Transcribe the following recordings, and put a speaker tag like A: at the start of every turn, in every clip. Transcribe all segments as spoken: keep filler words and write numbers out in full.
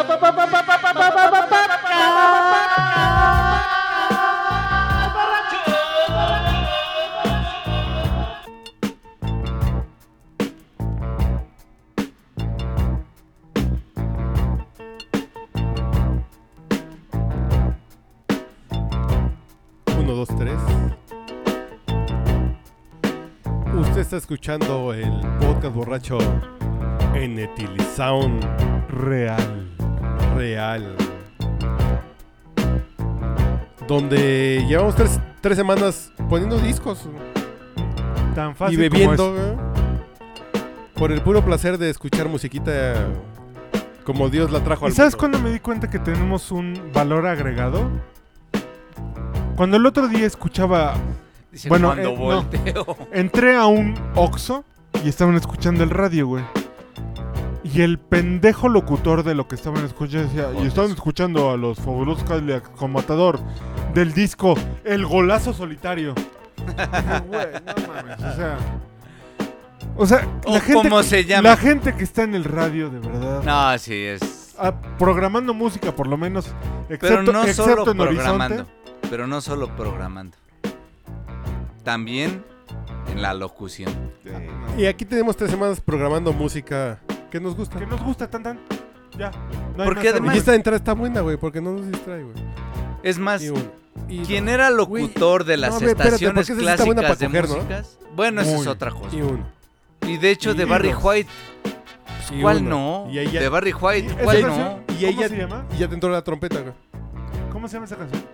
A: uno, dos, tres. Usted está escuchando el podcast borracho en Etilisound
B: Real.
A: Real. Donde llevamos tres, tres semanas poniendo discos
B: Tan fácil
A: y bebiendo,
B: como es.
A: ¿eh? Por el puro placer de escuchar musiquita como Dios la trajo al
B: ¿Y sabes
A: mundo.
B: cuándo me di cuenta que tenemos un valor agregado? Cuando el otro día escuchaba...
C: Dice,
B: Bueno,
C: cuando
B: eh, no.
C: volteo.
B: Entré a un Oxxo y estaban escuchando el radio, güey. Y el pendejo locutor de lo que estaban escuchando decía... Y estaban escuchando a los fabulosos Cadillacs con Matador del disco El Golazo Solitario. Dije, güey, no mames, o sea... O sea,
C: O
B: la gente,
C: como
B: que,
C: se llama.
B: la gente que está en el radio, de verdad...
C: No, sí es.
B: ah, programando música, por lo menos, excepto,
C: Pero no
B: excepto
C: solo
B: en
C: programando.
B: Horizonte.
C: Pero no solo programando. También en la locución.
A: Y aquí tenemos tres semanas programando música que nos gusta.
B: Que nos gusta tan tan. Ya. No hay
C: Porque
B: más
C: además-
A: Y
B: que
A: esta entrada está buena, güey, porque no nos distrae, güey.
C: Es más,
A: Y un- y
C: ¿quién
A: dos,
C: era locutor de las
A: no, a ver, espérate,
C: estaciones
A: porque esa sí está buena
C: clásicas de
A: para coger, ¿no?
C: músicas? Bueno, esa es
B: Muy.
C: otra cosa.
A: Y uno.
C: Y de hecho,
A: Y
C: de Barry
A: dos.
C: White.
A: Y
C: ¿Cuál
A: uno.
C: no?
A: Y ella-
C: De Barry White,
B: ¿Esa
C: ¿cuál
B: canción?
C: no?
A: Y
B: ¿Cómo
A: ella-
B: se llama?
A: Y ya te entró la trompeta, güey.
B: ¿Cómo se llama esa canción?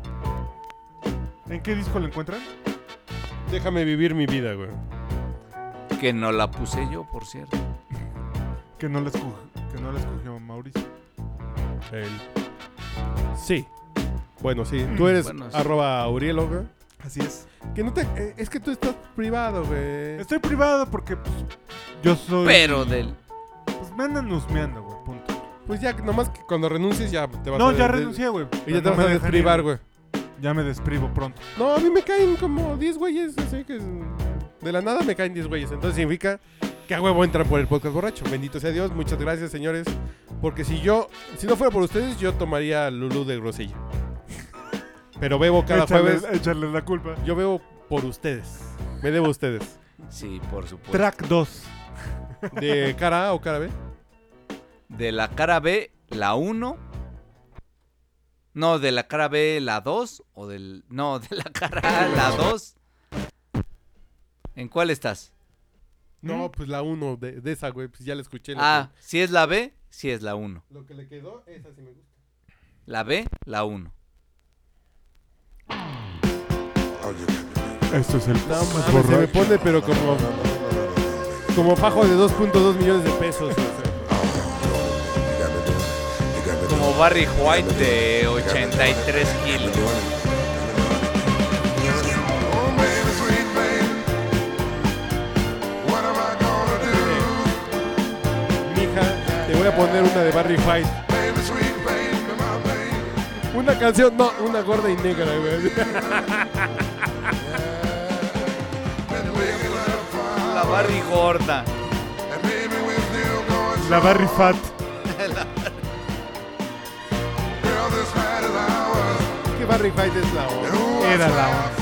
B: ¿En qué disco la encuentran?
A: Déjame vivir mi vida, güey.
C: Que no la puse yo, por cierto.
B: Que no la escogió, que no la escogió Mauricio.
A: El... Sí. Bueno, sí. Tú eres
C: Bueno, sí.
A: arroba Aurielo, güey.
B: Así es.
A: Que no te... eh, es que tú estás privado, güey.
B: Estoy privado porque pues, yo soy...
C: Pero del.
B: Pues me andan husmeando, güey, punto.
A: Pues ya, nomás que cuando renuncies ya te vas a...
B: No, ya
A: de-
B: renuncié, güey.
A: Y ya te
B: No
A: vas
B: me
A: a
B: dejan
A: desprivar,
B: ir.
A: güey.
B: Ya me desprivo pronto.
A: No, a mí me caen como diez güeyes, así que... De la nada me caen diez güeyes. Entonces significa que a huevo entran por el podcast borracho. Bendito sea Dios. Muchas gracias, señores. Porque si yo... Si no fuera por ustedes, yo tomaría Lulú de grosella. Pero bebo cada
B: Échale-
A: jueves.
B: Échale la culpa.
A: Yo bebo por ustedes. Me debo a ustedes.
C: Sí, por supuesto.
B: Track dos.
A: ¿De cara A o cara B?
C: De la cara B, la uno. No, de la cara B, la dos. O del. No, de la cara A, la dos. ¿En cuál estás?
A: No, pues la uno de, de esa, güey. Pues ya la escuché. lo
C: Ah, si es la B, si es la uno.
A: que- Lo que le quedó, esa sí me gusta.
C: La B, la uno.
B: Esto es el
A: No
B: podcast
A: mames, se me
B: borracho.
A: pone, pero como... Como fajo de dos punto dos millones de pesos. o sea.
C: Como Barry White de ochenta y tres kilos.
A: Mija, te voy a poner una de Barry White. Una canción, no, una gorda y negra, güey.
C: La Barry gorda.
B: La Barry Fat.
A: Que Barry White es la hora.
B: Era la onda.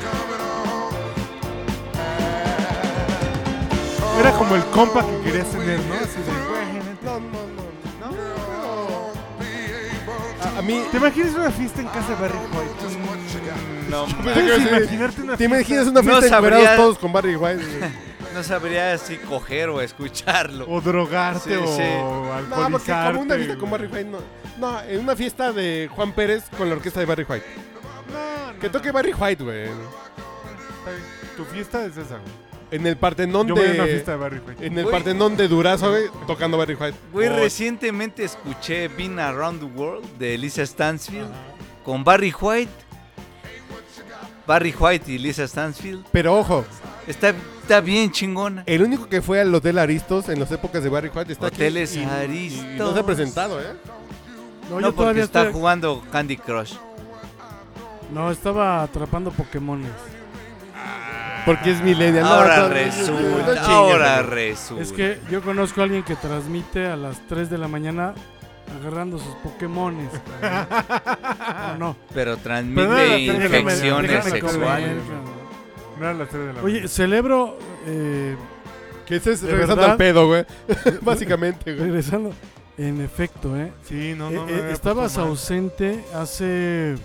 B: Era como el compa que querías tener, ¿no? Así de, güey, neta.
A: No, no, no. ¿No? A, a mí...
B: ¿Te imaginas una fiesta en casa de Barry White?
C: No,
B: ¿Puedes
A: Sí.
B: imaginarte una
A: ¿Te
B: fiesta?
A: imaginas una
C: No
A: fiesta
C: sabría-
A: encuerados todos con Barry White? güey?
C: no sabría si coger o escucharlo.
B: O drogarte
C: Sí,
B: o
C: sí.
A: No, porque
B: alcoholizarte.
A: como una fiesta con Barry White, no. No, en una fiesta de Juan Pérez con la orquesta de Barry White.
B: No, no,
A: Que toque Barry White, güey.
B: Tu fiesta es esa, güey.
A: En el Partenón
B: Yo voy a una
A: de...
B: fiesta de Barry White.
A: En el
C: Güey.
A: Partenón de Durazo, güey, tocando Barry White.
C: Güey,
A: Oh,
C: recientemente escuché Been Around the World de Lisa Stansfield con Barry White. Barry White y Lisa Stansfield.
A: Pero ojo,
C: Está, está bien chingona.
A: el único que fue al Hotel Aristos en las épocas de Barry White está
C: Hoteles
A: aquí. y-
C: Aristos.
A: y no se ha presentado, ¿eh?
D: No,
C: No,
D: yo
C: porque
D: todavía
C: está
D: estoy...
C: jugando Candy Crush.
D: No, estaba atrapando Pokémones.
A: Porque es millennial. No,
C: Ahora
A: no, no, no
C: resulta,
A: chingues,
C: ahora
A: güey.
C: resulta.
D: Es que yo conozco a alguien que transmite a las tres de la mañana agarrando sus Pokémones. ¿O no?
C: Pero
B: Pero no era la
C: transmite
B: serie de la
C: infecciones
B: mañana,
C: sexuales.
B: déjame No era las tres de la
D: Oye,
B: mañana.
D: celebro, eh,
A: Que ese es
D: ¿De
A: regresando
D: verdad?
A: al pedo, güey. Básicamente, güey.
D: regresando, en efecto, ¿eh?
B: Sí, no, no.
D: Eh,
B: me
D: eh,
B: había
D: estabas
B: puesto mal.
D: ausente hace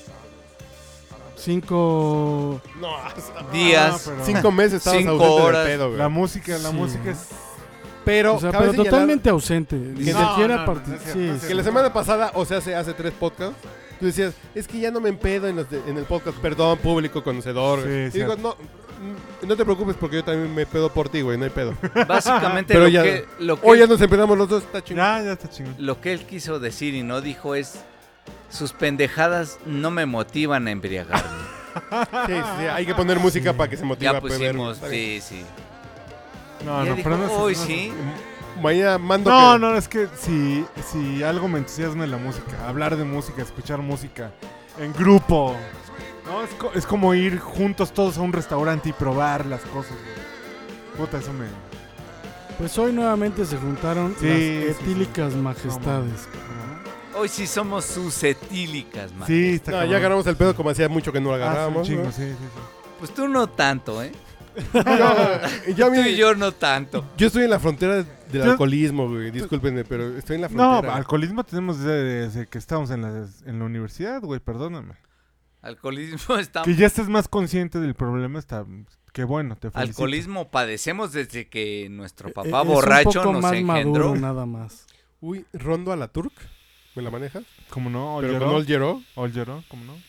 D: cinco...
A: No,
C: Días.
B: Ah, pero-
A: cinco meses estabas
C: Cinco
A: ausente del
C: horas.
A: pedo, güey.
B: La música, la
D: Sí.
B: música es...
A: Pero,
D: O sea,
A: cabe
D: pero
A: señalar
D: totalmente ausente. Ni
A: No,
D: siquiera
B: no, no,
D: parti-
B: no es cierto,
D: sí,
B: no es
D: sí.
B: cierto.
A: que la semana pasada, o sea, hace, hace tres podcasts, tú decías, es que ya no me empedo en, los de- en el podcast, perdón, público conocedor.
B: Sí,
A: y digo,
B: cierto.
A: no, mm, no te preocupes porque yo también me pedo por ti, güey, no hay pedo.
C: Básicamente
A: Pero
C: lo,
A: ya-
C: que, lo, que
A: Hoy ya
C: él,
A: nos empedamos los dos, está chingón.
B: Ya, ya está chingón.
C: lo que él quiso decir y no dijo es: sus pendejadas no me motivan a embriagarme.
A: Sí, sí, sí, hay que poner música para que se motive
C: Ya
A: a beber.
C: pusimos,
A: Está bien.
C: sí, sí.
B: No,
C: Ya
B: no,
C: dijo,
B: pero no sé-
C: hoy
B: no sé-
C: sí.
A: Mañana mando
B: No,
A: que-
B: no, es que si, si algo me entusiasma en la música, hablar de música, escuchar música en grupo, ¿no? Es, co- es como ir juntos todos a un restaurante y probar las cosas, güey. Puta, eso me...
D: Pues hoy nuevamente se juntaron
B: Sí,
D: las
B: sí,
D: etílicas majestades.
C: Hoy sí somos sus etílicas, man.
B: Sí, está
A: No,
B: cabrón.
A: ya agarramos el pedo como hacía mucho que no lo
B: Ah, sí, un
A: agarrábamos.
B: chingo,
A: ¿no?
B: sí, sí, sí.
C: Pues tú no tanto, ¿eh?
A: Yo, yo,
C: Tú
A: mira,
C: y yo no tanto.
A: yo estoy en la frontera del
B: Yo-
A: alcoholismo, güey. Discúlpenme, pero estoy en la
B: No,
A: frontera.
B: alcoholismo tenemos desde, desde que estábamos en la, en la universidad, güey, perdóname.
C: Alcoholismo está...
B: Que ya estés más consciente del problema, está... Qué bueno, te felicito.
C: Alcoholismo padecemos desde que nuestro
D: Eh,
C: papá
D: es
C: borracho
D: un poco
C: nos
D: más
C: engendró.
D: maduro, nada más.
A: Uy, rondo a la Turk. ¿Me la manejas?
B: ¿Cómo no? ¿Ol
A: Pero
B: lloró?
A: con Old Gero.
B: ¿Ol lloró? ¿Cómo no?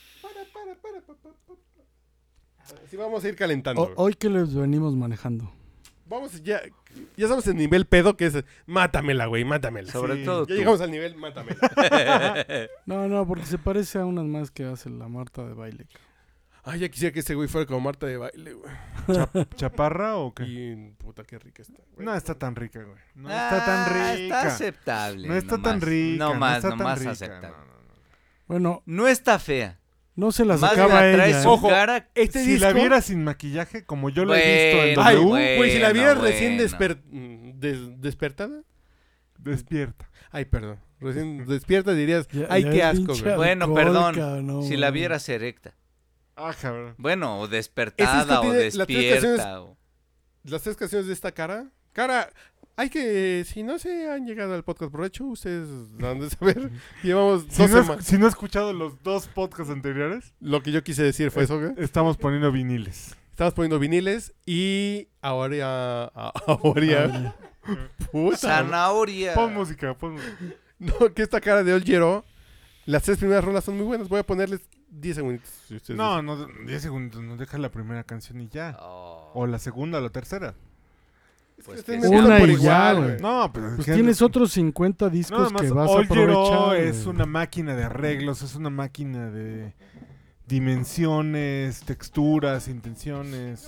A: Sí, vamos a ir calentando.
D: O-
A: güey.
D: hoy que les venimos manejando.
A: Vamos ya. Ya sabemos el nivel pedo que es. Mátamela, güey, mátamela.
C: Sobre
B: Sí.
C: todo
A: Ya
C: tú.
A: llegamos al nivel mátamela.
D: No, no, porque se parece a unas más que hace la Marta de baile.
A: Ay, ya quisiera que ese güey fuera como Marta de baile, güey.
B: Chap- ¿Chaparra o qué?
A: Y puta, qué rica está. güey.
B: No está tan rica, güey. No
C: Ah,
B: está tan rica.
C: Está aceptable.
B: No está
C: no
B: tan
C: más.
B: rica.
C: No más,
B: está
C: no
B: tan
C: más
B: rica,
C: aceptable.
B: no, no, no.
D: Bueno,
C: No está fea.
D: no se la
C: Más
D: sacaba
C: bien atrae
D: ella.
C: su
D: ¿eh?
A: Ojo,
C: cara.
A: Este
B: Si
A: disco.
B: la viera sin maquillaje, como yo lo he visto en
A: Ay,
B: W,
C: bueno,
A: güey, si la vieras
C: bueno.
A: recién desper... mm, des- despertada.
B: despierta.
A: Ay, perdón. Recién despierta dirías,
D: Ya-
A: ay,
D: ya
A: qué
D: el
A: asco,
D: pinche
A: güey.
C: Bueno,
D: alcohol,
C: perdón,
D: cabrón, no,
C: Si la
D: güey.
C: vieras erecta.
B: Ah, cabrón.
C: Bueno, o
A: Ese
C: despertada
A: disco
C: o
A: tiene las tres
C: despierta.
A: canciones-
C: o-
A: Las tres canciones de esta cara. Cara, hay que. Si no se han llegado al podcast borracho, ustedes han de saber. Llevamos
B: Si
A: dos
B: no,
A: semanas.
B: has- si no has escuchado los dos podcasts anteriores,
A: Lo que yo quise decir fue eso, güey.
B: estamos poniendo viniles.
A: Estamos poniendo viniles y ahora ya. Ahora ya. Puta.
C: Zanahoria.
B: Pon música, pon música.
A: No, que esta cara de Old Gero. Las tres primeras rolas son muy buenas. Voy a ponerles diez segunditos. si ustedes
B: No, no, diez segundos, no deja la primera canción y ya.
C: Oh,
B: O la segunda o la tercera.
C: pues
A: Ustedes
C: que
A: me
C: sea-
A: gustan
D: Una
A: por
D: y ya,
A: igual,
D: güey.
A: güey.
B: No, pero es
D: Pues
B: que-
D: tienes otros cincuenta
B: No,
D: discos
B: además,
D: que vas a
B: Old Gero
D: aprovechar.
B: es
D: güey.
B: una máquina de arreglos, es una máquina de dimensiones, texturas, intenciones.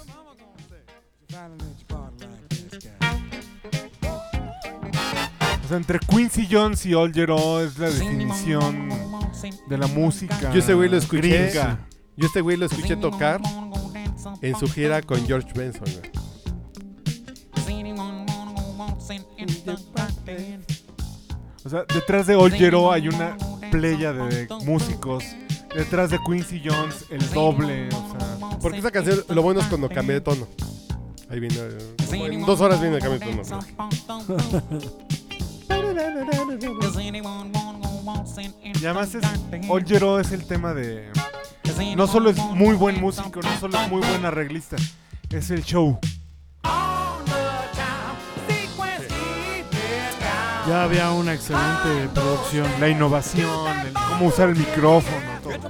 B: O sea, entre Quincy Jones y Old Gero es la definición de la música.
A: Yo ese güey lo escuché.
B: gringa.
A: Yo este güey lo escuché tocar en su gira con George Benson, güey.
B: O sea, detrás de Old Gero hay una playa de músicos. Detrás de Quincy Jones, el doble. O sea,
A: Porque esa canción, lo bueno es cuando cambié de tono. Ahí viene. eh, como en dos horas viene el cambio de tono.
B: y además es, Old Gero es el tema de... No solo es muy buen músico, no solo es muy buen arreglista, es el show.
D: Ya había una excelente producción.
B: La innovación, el cómo usar el micrófono, todo.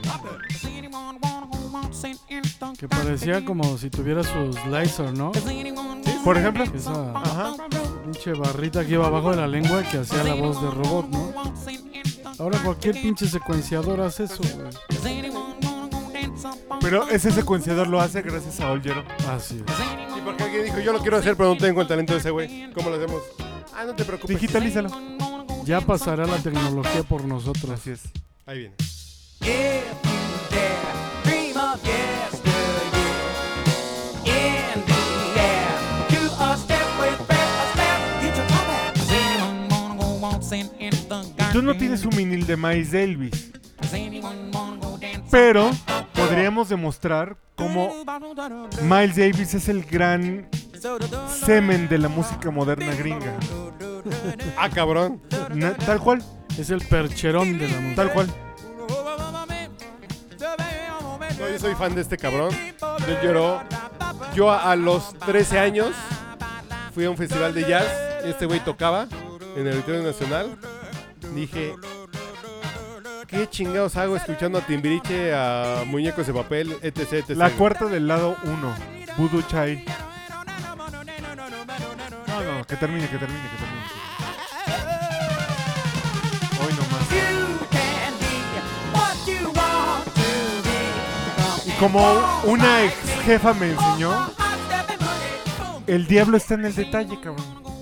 D: Que parecía como si tuviera sus Lysol, ¿no?
B: Por ejemplo,
D: Esa
B: ajá.
D: pinche barrita que iba abajo de la lengua que hacía la voz de robot, ¿no? Ahora cualquier pinche secuenciador hace eso, güey.
B: Pero ese secuenciador lo hace gracias a Old Gero.
D: Así es.
A: Y porque alguien dijo, yo lo quiero hacer, pero no tengo el talento de ese güey. ¿Cómo lo hacemos? Ah, no te preocupes.
B: Digitalízalo.
D: Ya pasará la tecnología por nosotros.
B: Así es.
A: Ahí viene.
B: tú no tienes un vinil de Miles Davis, pero podríamos demostrar cómo Miles Davis es el gran semen de la música moderna gringa.
A: Ah, cabrón.
B: Na- tal cual,
D: Es el percherón de la música.
B: tal cual.
A: No, yo soy fan de este cabrón. Yo lloro. Yo a, a los trece años fui a un festival de jazz. Este güey tocaba en el Auditorio Nacional. Dije, ¿qué chingados hago escuchando a Timbiriche, a Muñecos de Papel, etc, etcétera?
B: La cuarta del lado uno, Voodoo Child. No, no, que termine, que termine, que termine. Hoy nomás. Y como una ex jefa me enseñó, el diablo está en el detalle, cabrón.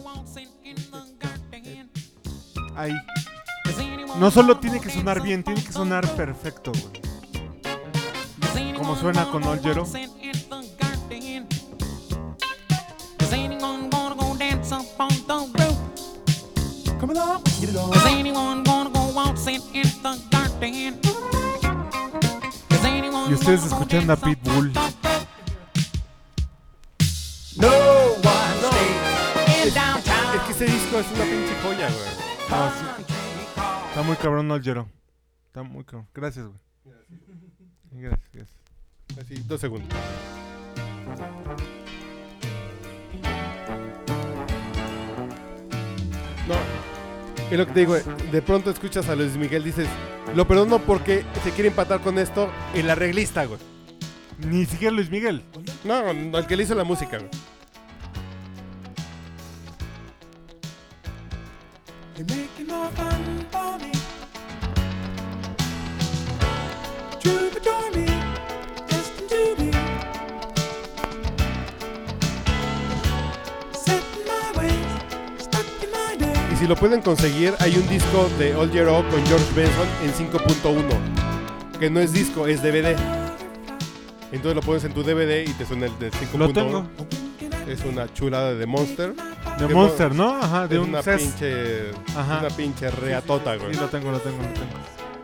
B: Ahí. No solo tiene que sonar bien, tiene que sonar perfecto, güey. Como suena con Old Jero. Y ustedes escuchando a Pitbull.
A: Es que ese disco es una pinche joya, güey.
B: Ah, sí. Está muy cabrón Old Jero. Está muy cabrón. Gracias, güey. Gracias, gracias.
A: Así, dos segundos. No, es lo que te digo, de pronto escuchas a Luis Miguel, dices, lo perdono porque se quiere empatar con esto el arreglista, güey.
B: Ni siquiera Luis Miguel.
A: No, no, el que le hizo la música, güey. Y si lo pueden conseguir, hay un disco de Old Jero con George Benson en cinco punto uno, que no es disco, es D V D. Entonces lo pones en tu D V D y te suena el de cinco punto uno.
B: Lo tengo.
A: Es una chulada de Monster.
B: De
A: Que
B: Monster,
A: no-
B: ¿no? Ajá, de
A: es
B: un
A: una
B: ses.
A: pinche,
B: Ajá.
A: una pinche reatota, güey.
B: Sí, lo tengo, lo tengo, lo tengo.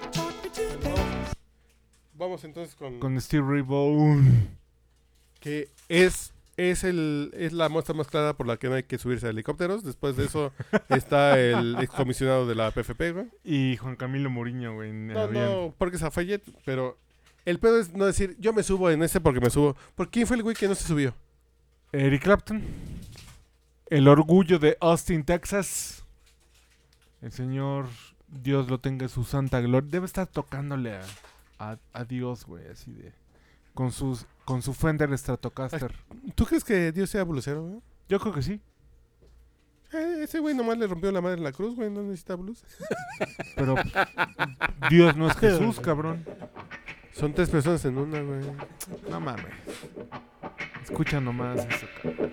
A: Vamos entonces con,
B: Con Steve Ray Vaughan.
A: que es es el es la muestra más clara por la que no hay que subirse a helicópteros. Después de eso está el excomisionado de la P F P, güey.
B: Y Juan Camilo Muriño, güey. en
A: No,
B: avión.
A: no, porque es Lafayette, pero el pedo es no decir, yo me subo en ese porque me subo. ¿Por quién fue el güey que no se subió?
B: Eric Clapton. El orgullo de Austin, Texas. El señor, Dios lo tenga en su santa gloria. Debe estar tocándole a, a, a Dios, güey, así de... Con, sus, con su Fender Stratocaster.
A: ¿Tú crees que Dios sea blusero, güey?
B: Yo creo que sí.
A: Eh, ese güey nomás le rompió la madre en la cruz, güey, no necesita blues.
B: Pero Dios no es Jesús, cabrón.
A: Son tres personas en una, güey.
B: No mames. Escucha nomás eso, cabrón.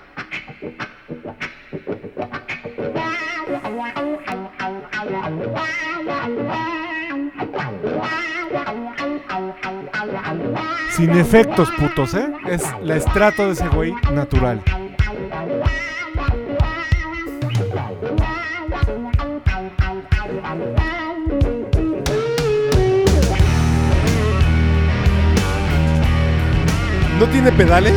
B: Sin efectos, putos, ¿eh? Es la estrato de ese güey natural.
A: ¿No tiene pedales?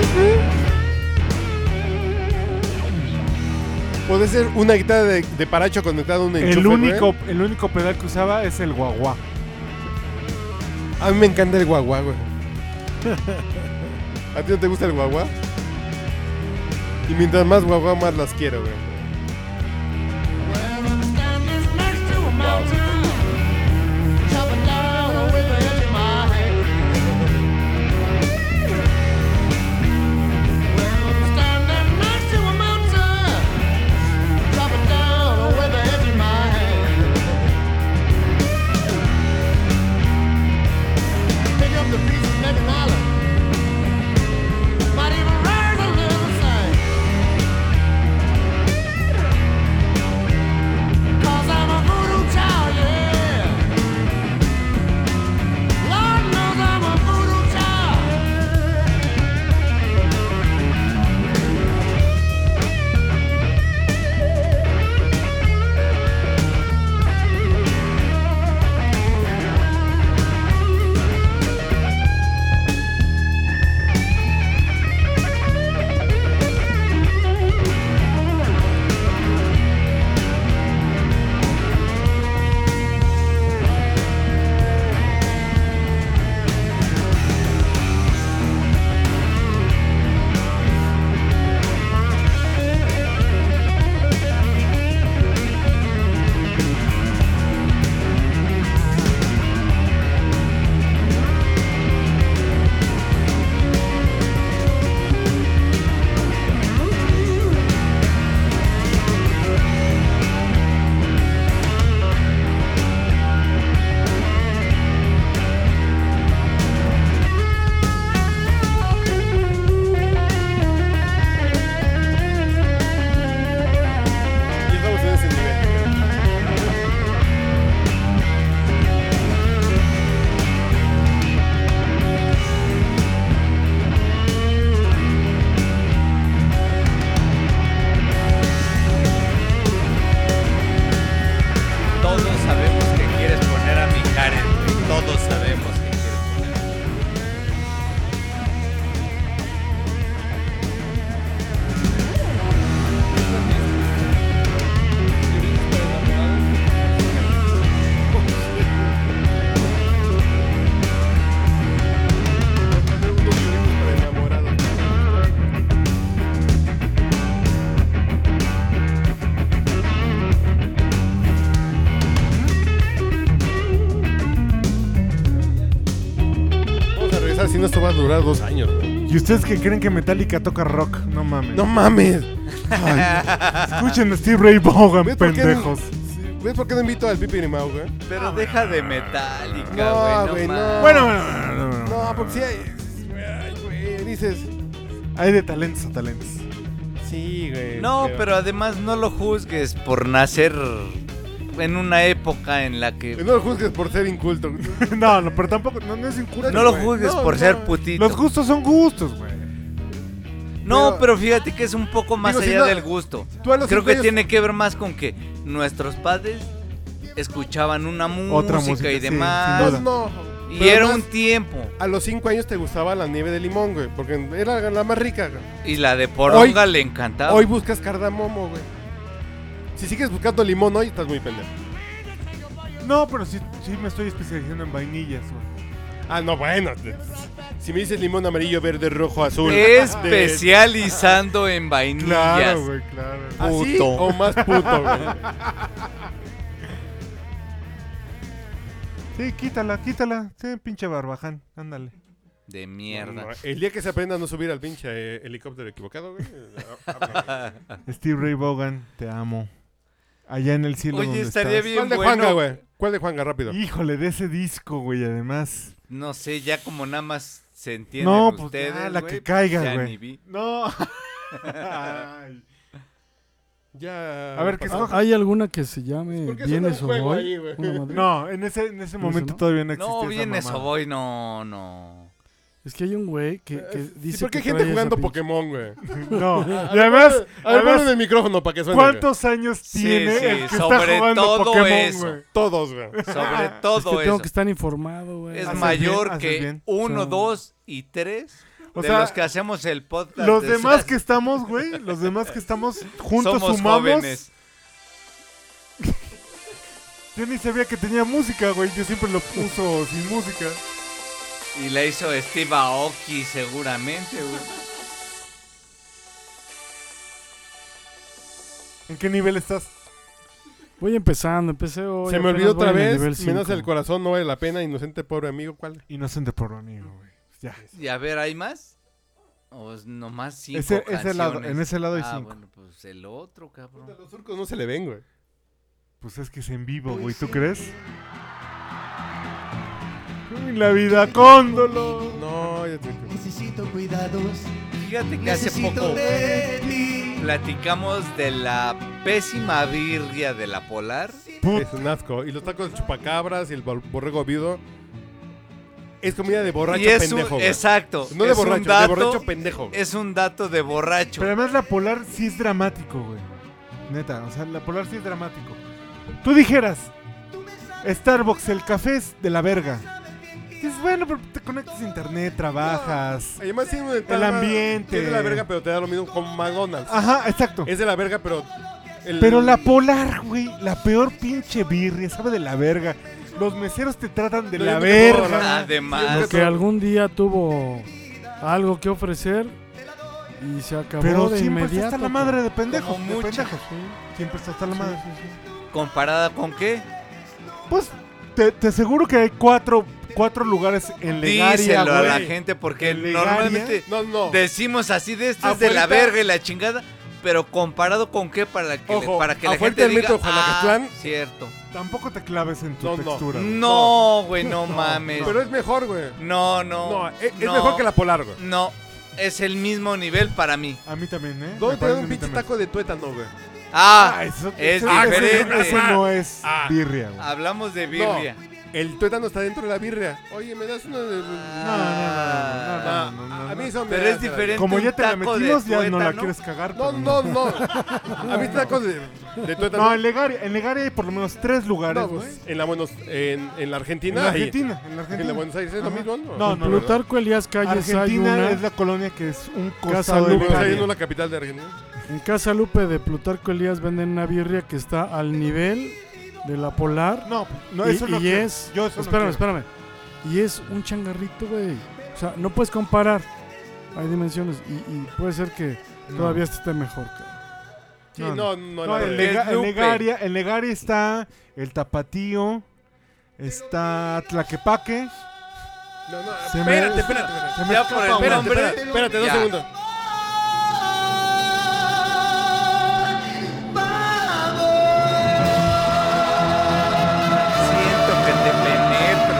A: Puede ser una guitarra de, de paracho conectada a un enchufe,
B: El único,
A: güey.
B: el único pedal que usaba es el guagua.
A: A mí me encanta el guagua, güey. ¿A ti no te gusta el guagua? Y mientras más guagua, más las quiero, güey. haciendo esto va a durar dos años, güey.
B: ¿Y ustedes que creen que Metallica toca rock? No mames.
A: No mames.
B: Ay, escuchen a Steve Ray Vaughan,
A: ¿Ves por qué
B: pendejos.
A: no- ¿Ves por qué no invito al Pipi Mau, güey?
C: Pero deja de Metallica,
A: No,
C: güey.
A: güey,
C: No,
A: no.
C: mames.
B: Bueno, bueno, bueno, bueno.
A: No, porque sí hay... Ay, güey, dices...
B: Hay de talentos a talentos.
A: Sí, güey.
C: No, pero además no lo juzgues por nacer en una época en la que...
A: No lo juzgues por ser inculto.
B: No, no, pero tampoco, no, no es inculto.
C: No lo
A: güey.
C: juzgues
A: No,
C: por
A: no.
C: ser putito.
B: Los gustos son gustos, güey.
C: No,
A: Pero-
C: pero fíjate que es un poco más
A: Digo, si
C: allá
A: no-
C: del gusto.
A: Tú a los
C: Creo
A: cinco
C: que
A: años-
C: tiene que ver más con que nuestros padres escuchaban una música,
B: Otra música,
C: y
B: sí,
C: demás.
B: sin
A: No,
B: duda.
A: no.
C: Y
A: Pero
C: era
A: además,
C: un tiempo.
A: A los cinco años te gustaba la nieve de limón, güey. Porque era la más rica, güey.
C: Y la de poronga
A: Hoy-
C: le encantaba.
A: Hoy buscas cardamomo, güey. Si sigues buscando limón hoy, estás muy pendejo.
B: No, pero sí, sí me estoy especializando en vainillas, güey.
A: Ah, no, bueno. de- Si me dices limón amarillo, verde, rojo, azul.
C: Especializando en vainillas.
B: Claro, güey, claro.
A: ¿Así
C: puto.
A: o más puto, güey?
B: Sí, quítala, quítala. Sí, pinche barbaján, ándale.
C: De mierda.
A: No, el día que se aprenda a no subir al pinche eh, helicóptero equivocado, güey.
B: Steve Ray Vaughan, te amo. Allá en el cielo
C: Oye,
B: donde
C: estaría
B: estás.
C: bien
A: ¿Cuál de
C: bueno.
A: Juanga, güey? ¿Cuál de Juanga, rápido?
B: Híjole, de ese disco, güey, además.
C: No sé, ya como nada más se entienden
B: No, pues
C: ustedes,
B: ya, la
C: güey,
B: que caiga,
C: ya
B: güey.
C: ni vi.
B: No. Ay.
A: Ya.
B: A ver, ¿qué
A: pasó.
B: escoge?
D: ¿Hay alguna que se llame
A: ¿Por qué suena
D: Vienes
A: un
D: o
A: juego
D: voy?
A: ahí, güey?
D: Una madre.
B: No, en ese, en ese
D: ¿No,
B: momento
D: no?
B: todavía no existía
C: No,
B: esa
C: bien eso
B: mamada.
C: voy, no, no.
D: Es que hay un güey que, que
A: Eh,
D: dice
A: ¿Y por qué
D: que
A: hay gente
D: trae esa
A: jugando
D: pinche-
A: Pokémon, güey?
B: No, y
A: A
B: además,
A: ver, a ver,
B: además,
A: ponle el micrófono para que suene.
B: ¿cuántos años
C: Sí,
B: tiene
C: sí,
B: el que está
C: sobre
B: jugando
C: todo
B: Pokémon,
C: eso.
B: güey?
A: güey. Todos, güey.
C: Sobre
D: Es
C: todo
D: que tengo
C: eso.
D: que estar informado, güey.
C: Es
B: Haces
C: mayor
B: bien, haces
C: que
B: bien.
C: uno,
D: Son-
C: dos y tres
B: O
C: de
B: sea,
C: los que hacemos el podcast.
B: Los
C: de
B: demás
C: esas-
B: que estamos, güey, los demás que estamos juntos
C: somos
B: sumamos.
C: jóvenes.
B: Yo ni sabía que tenía música, güey. Yo siempre lo puso sin música.
C: Y la hizo Steve Aoki seguramente, güey.
B: ¿En qué nivel estás?
D: Voy empezando, empecé hoy.
A: Se me
D: apenas
A: olvidó
D: voy
A: otra
D: en el
A: vez.
D: nivel
A: Menos
D: cinco.
A: el corazón no vale la pena. Inocente, pobre amigo. ¿Cuál?
B: Inocente por amigo, güey. Ya.
C: Y a ver, ¿hay más? ¿O es nomás cinco
B: Ese- ese lado-
C: canciones?
B: en ese lado hay
C: ah,
B: cinco.
C: bueno, pues el otro, cabrón.
A: Los surcos no se le ven, güey.
B: Pues es que es en vivo, güey. ¿Tú crees? Uy, la vida con dolor.
A: No, ya te
E: Necesito cuidados.
C: Fíjate que hace
E: Necesito
C: poco
E: de ti.
C: platicamos de la pésima birria de la Polar.
B: Put-
A: Es un asco. Y los tacos de chupacabras y el bor- borrego viudo. Es comida de borracho
C: y es
A: pendejo,
C: un,
A: güey.
C: exacto.
A: No de
C: es un
A: borracho, de
C: dato-
A: borracho pendejo. güey.
C: Es un dato de borracho.
B: Pero además la polar sí es dramático, güey. Neta, o sea, la polar sí es dramático. Tú dijeras, Starbucks, el café es de la verga. Dices, bueno, pero te conectas a internet, trabajas.
A: Además tiene un
B: El ambiente.
A: Es de la verga, pero te da lo mismo como McDonald's.
B: Ajá, exacto.
A: Es de la verga, pero... el-
B: Pero la polar, güey, la peor pinche birria, sabe de la verga. Los meseros te tratan de
A: No,
B: la
A: yo me puedo
B: verga.
A: hablar.
C: Además,
D: Lo que algún día tuvo algo que ofrecer y se acabó
B: Pero
D: de
B: siempre está
D: inmediato.
B: hasta la madre de pendejos.
C: Como
B: de
C: mucha.
B: pendejos. Siempre está hasta la madre.
C: ¿comparada con qué?
B: Pues te, te aseguro que hay cuatro, cuatro lugares en Legaria,
C: Díselo a la
B: güey.
C: gente porque
B: En Legaria.
C: normalmente
A: No, no.
C: decimos así de esto es de la
A: Afuerita-
C: verga y la chingada, pero comparado con qué para que, le-
A: Ojo,
C: para que la
A: afuera
C: gente
A: del
C: diga,
A: metro Juanacatlán-
C: ah, cierto.
B: Tampoco te claves en tu
A: No, no.
B: textura. güey.
C: No, güey, no, mames.
A: Pero es mejor, güey.
C: No, no.
A: No, es, es
C: no,
A: mejor que la polar, güey.
C: No, es el mismo nivel para mí.
B: A mí también, ¿eh?
A: ¿Dónde
B: Me
A: te dan
B: parece
A: un
B: a mí
A: pinche
B: también.
A: taco de tuétano, güey?
C: Ah,
B: eso-
C: es
B: ese-
C: diferente.
B: Ese, ese no es
A: Ah.
B: birria, güey.
C: hablamos de birria.
A: El tuétano está dentro de la birria. Oye, ¿me das uno de...?
C: Ah,
B: no, no, no, no, no,
A: A mí eso me
C: Pero
A: da-
C: es diferente.
B: Como ya
C: un
B: te la
C: taco de
B: metimos, ya no la
C: tuétano.
B: quieres cagar.
A: No,
B: pero
A: no, no. A mí tacos de, de tuétano.
B: No, en Legaria, en Legaria hay por lo menos tres lugares,
A: No,
B: güey.
A: pues, en la Buenos, en, en la Argentina.
B: en la
A: ahí.
B: Argentina, en la
A: En
B: Argentina.
A: la Buenos Aires es lo
B: Ajá.
A: mismo, ¿no?
B: No,
D: En
B: no,
D: Plutarco Elías Calles hay
B: Argentina
D: una.
B: es la colonia que es un
D: Casa
B: costado de
D: Lupe.
A: Buenos Aires
B: Legaria.
A: no es la capital de Argentina.
D: En Casa Lupe de Plutarco Elías venden una birria que está al nivel de la Polar.
B: No, no,
D: y,
B: eso no
D: y
B: quiero.
D: es.
B: Yo eso no
D: espérame,
B: quiero.
D: espérame. Y es un changarrito, güey. O sea, no puedes comparar. Hay dimensiones. Y, y puede ser que
B: No.
D: todavía esté mejor, cabrón.
A: Sí,
B: No,
A: no, no.
B: No,
A: la
B: en,
A: verdad.
B: Lega-
C: Es
B: en
C: Lupe.
B: Legaria, en Legaria está el Tapatío, está Tlaquepaque,
A: No, no,
B: Se me-
A: espérate, espérate, espérate.
B: Se me
C: Ya
B: escapa
C: por el
B: una.
A: Espérate,
C: nombre.
A: espérate, espérate, dos
C: Ya.
A: segundos.
C: Siento que te penetro.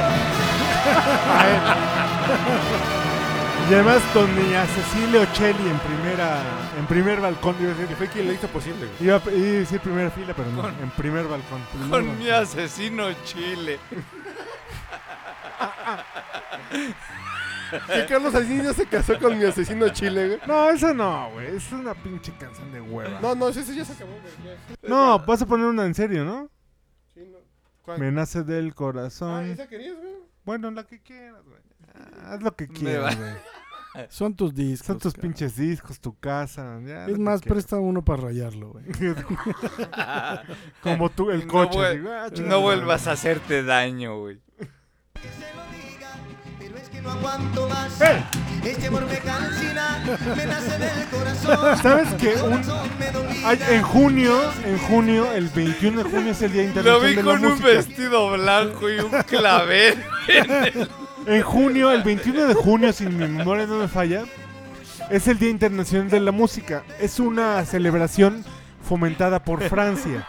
B: Y además, doña Cecilia Ocelli en primera, en primer balcón. Iba a decir,
A: Que fue quien lo hizo posible, güey.
B: iba a iba a decir primera fila, pero no, en primer balcón.
C: Con mi asesino chile.
A: Que Carlos Salinas se casó con mi asesino chile, güey.
B: No, eso no, güey. Es una pinche canción de hueva.
A: No, no, ese ya se acabó, güey. ya.
B: No, vas a poner una en serio, ¿no?
A: Sí, no. ¿Cuál?
B: Me nace del
A: Ah,
B: corazón.
A: ¿esa querías, güey?
B: Bueno, la que quieras, güey. Haz lo que
C: Me
B: quieras,
C: va-
B: güey.
D: Son tus discos.
B: Son tus
D: cabrón.
B: pinches discos, tu casa. Ya,
D: Es
B: lo
D: más,
B: que quieras.
D: presta uno para rayarlo, güey.
B: Como tú, el
C: No
B: coche.
C: vuel-
B: así, ah, chingada
C: No
B: madre.
C: vuelvas a hacerte daño, güey.
E: Pero es que no aguanto más.
B: ¡Eh!
E: Este amor me calcina, me nace del corazón.
B: ¿Sabes que un,
E: Corazón me domina.
B: ay, en junio, en junio, el veintiuno de junio es el Día
C: Lo
B: Internacional
C: vi
B: de la
C: con un
B: Música?
C: vestido blanco y un clavel.
B: En junio, el veintiuno de junio, si mi memoria no me falla, es el Día Internacional de la Música. Es una celebración fomentada por Francia.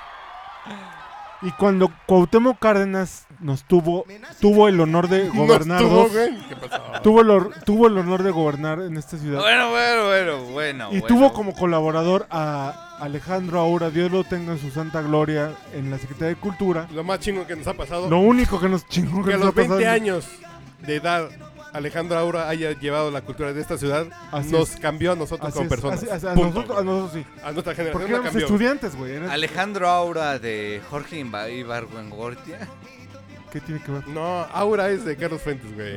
B: Y cuando Cuauhtémoc Cárdenas nos tuvo, tuvo el honor de gobernar
A: No estuvo,
B: dos-
A: güey. ¿Qué pasó?
B: tuvo, el, hor- tuvo el honor de gobernar en esta ciudad.
C: Bueno, bueno, bueno, bueno.
B: Y
C: bueno.
B: tuvo como colaborador a Alejandro Aura, Dios lo tenga en su santa gloria, en la Secretaría de Cultura.
A: Lo más chingo que nos ha pasado.
B: Lo único que nos chingó que
A: que a
B: nos
A: los
B: ha pasado
A: veinte
B: en-
A: años de edad Alejandro Aura haya llevado la cultura de esta ciudad,
B: Así
A: nos
B: es.
A: cambió a nosotros
B: Así
A: como
B: es,
A: personas.
B: así- así- a,
A: Punto.
B: nosotros, a nosotros sí.
A: A nuestra generación
B: Porque
A: la
B: éramos
A: cambió.
B: estudiantes, güey. era-
C: Alejandro Aura de Jorge Imba- Ibargüengoitia.
B: ¿Qué tiene que ver?
A: No, Aura es de Carlos Fuentes, güey.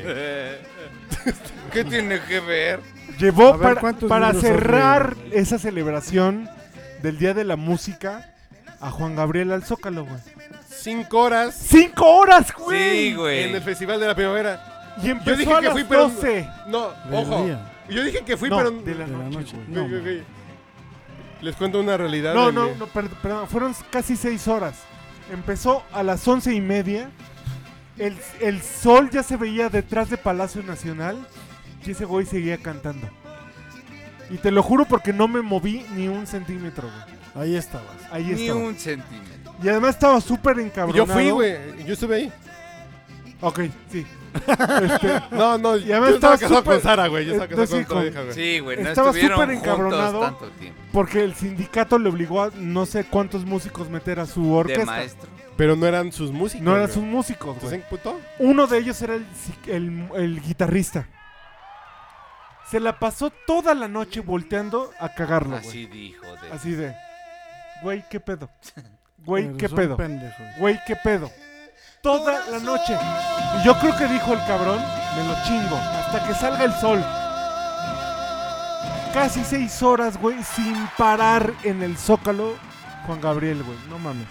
C: ¿Qué tiene que ver?
B: Llevó
D: A ver,
B: para,
D: ¿cuántos
B: para
D: libros has
B: cerrar
D: leído?
B: esa celebración del Día de la Música a Juan Gabriel al Zócalo, güey.
A: Cinco horas
B: ¡Cinco horas, güey!
C: Sí, güey.
A: en el Festival de la Primavera.
B: Y empezó
A: Yo dije
B: a
A: que
B: las
A: fui, pero-
B: doce.
A: No,
D: Del
A: ojo.
D: día.
A: Yo dije que fui,
B: No,
A: pero...
B: de la
D: De la
B: noche,
D: noche.
B: güey.
D: No,
A: Güey, güey,
D: güey.
A: güey. Les cuento una realidad.
B: No,
A: del-
B: no, no, per- perdón, fueron casi seis horas. Empezó a las once y media. El, el sol ya se veía detrás de Palacio Nacional y ese güey seguía cantando. Y te lo juro porque no me moví ni un centímetro, güey.
D: Ahí estabas.
B: Ahí
C: Ni
B: estaba.
C: un centímetro.
B: Y además estaba súper
A: Yo
B: encabronado.
A: fui, güey. Yo estuve ahí.
B: Ok, sí. Este,
A: No, no.
B: Y además
A: yo estaba
B: estaba
A: casado
B: súper-
A: con Sara, güey. Yo estaba
B: eh,
A: casado
B: no, sí,
A: con otra
B: con-
A: vieja, güey.
C: Sí, güey, no
B: Estaba
C: estuvieron
B: súper
C: juntos
B: encabronado.
C: tanto tiempo.
B: porque el sindicato le obligó a no sé cuántos músicos meter a su
C: De
B: orquesta.
C: maestro.
A: Pero no eran sus músicos.
B: No eran
A: güey.
B: sus músicos,
A: ¿Se
B: güey.
A: emputó?
B: Uno de ellos era el, si- el, el guitarrista. Se la pasó toda la noche volteando a cagarlo, güey.
C: Así dijo. De...
B: Así de, güey, ¿qué pedo? Güey,
D: Eres
B: ¿qué
D: un
B: pedo?
D: pendejo.
B: Güey, ¿qué pedo? Toda la noche. Y yo creo que dijo el cabrón, me lo chingo, hasta que salga el sol. Casi seis horas, güey, sin parar en el Zócalo, Juan Gabriel, güey, no mames.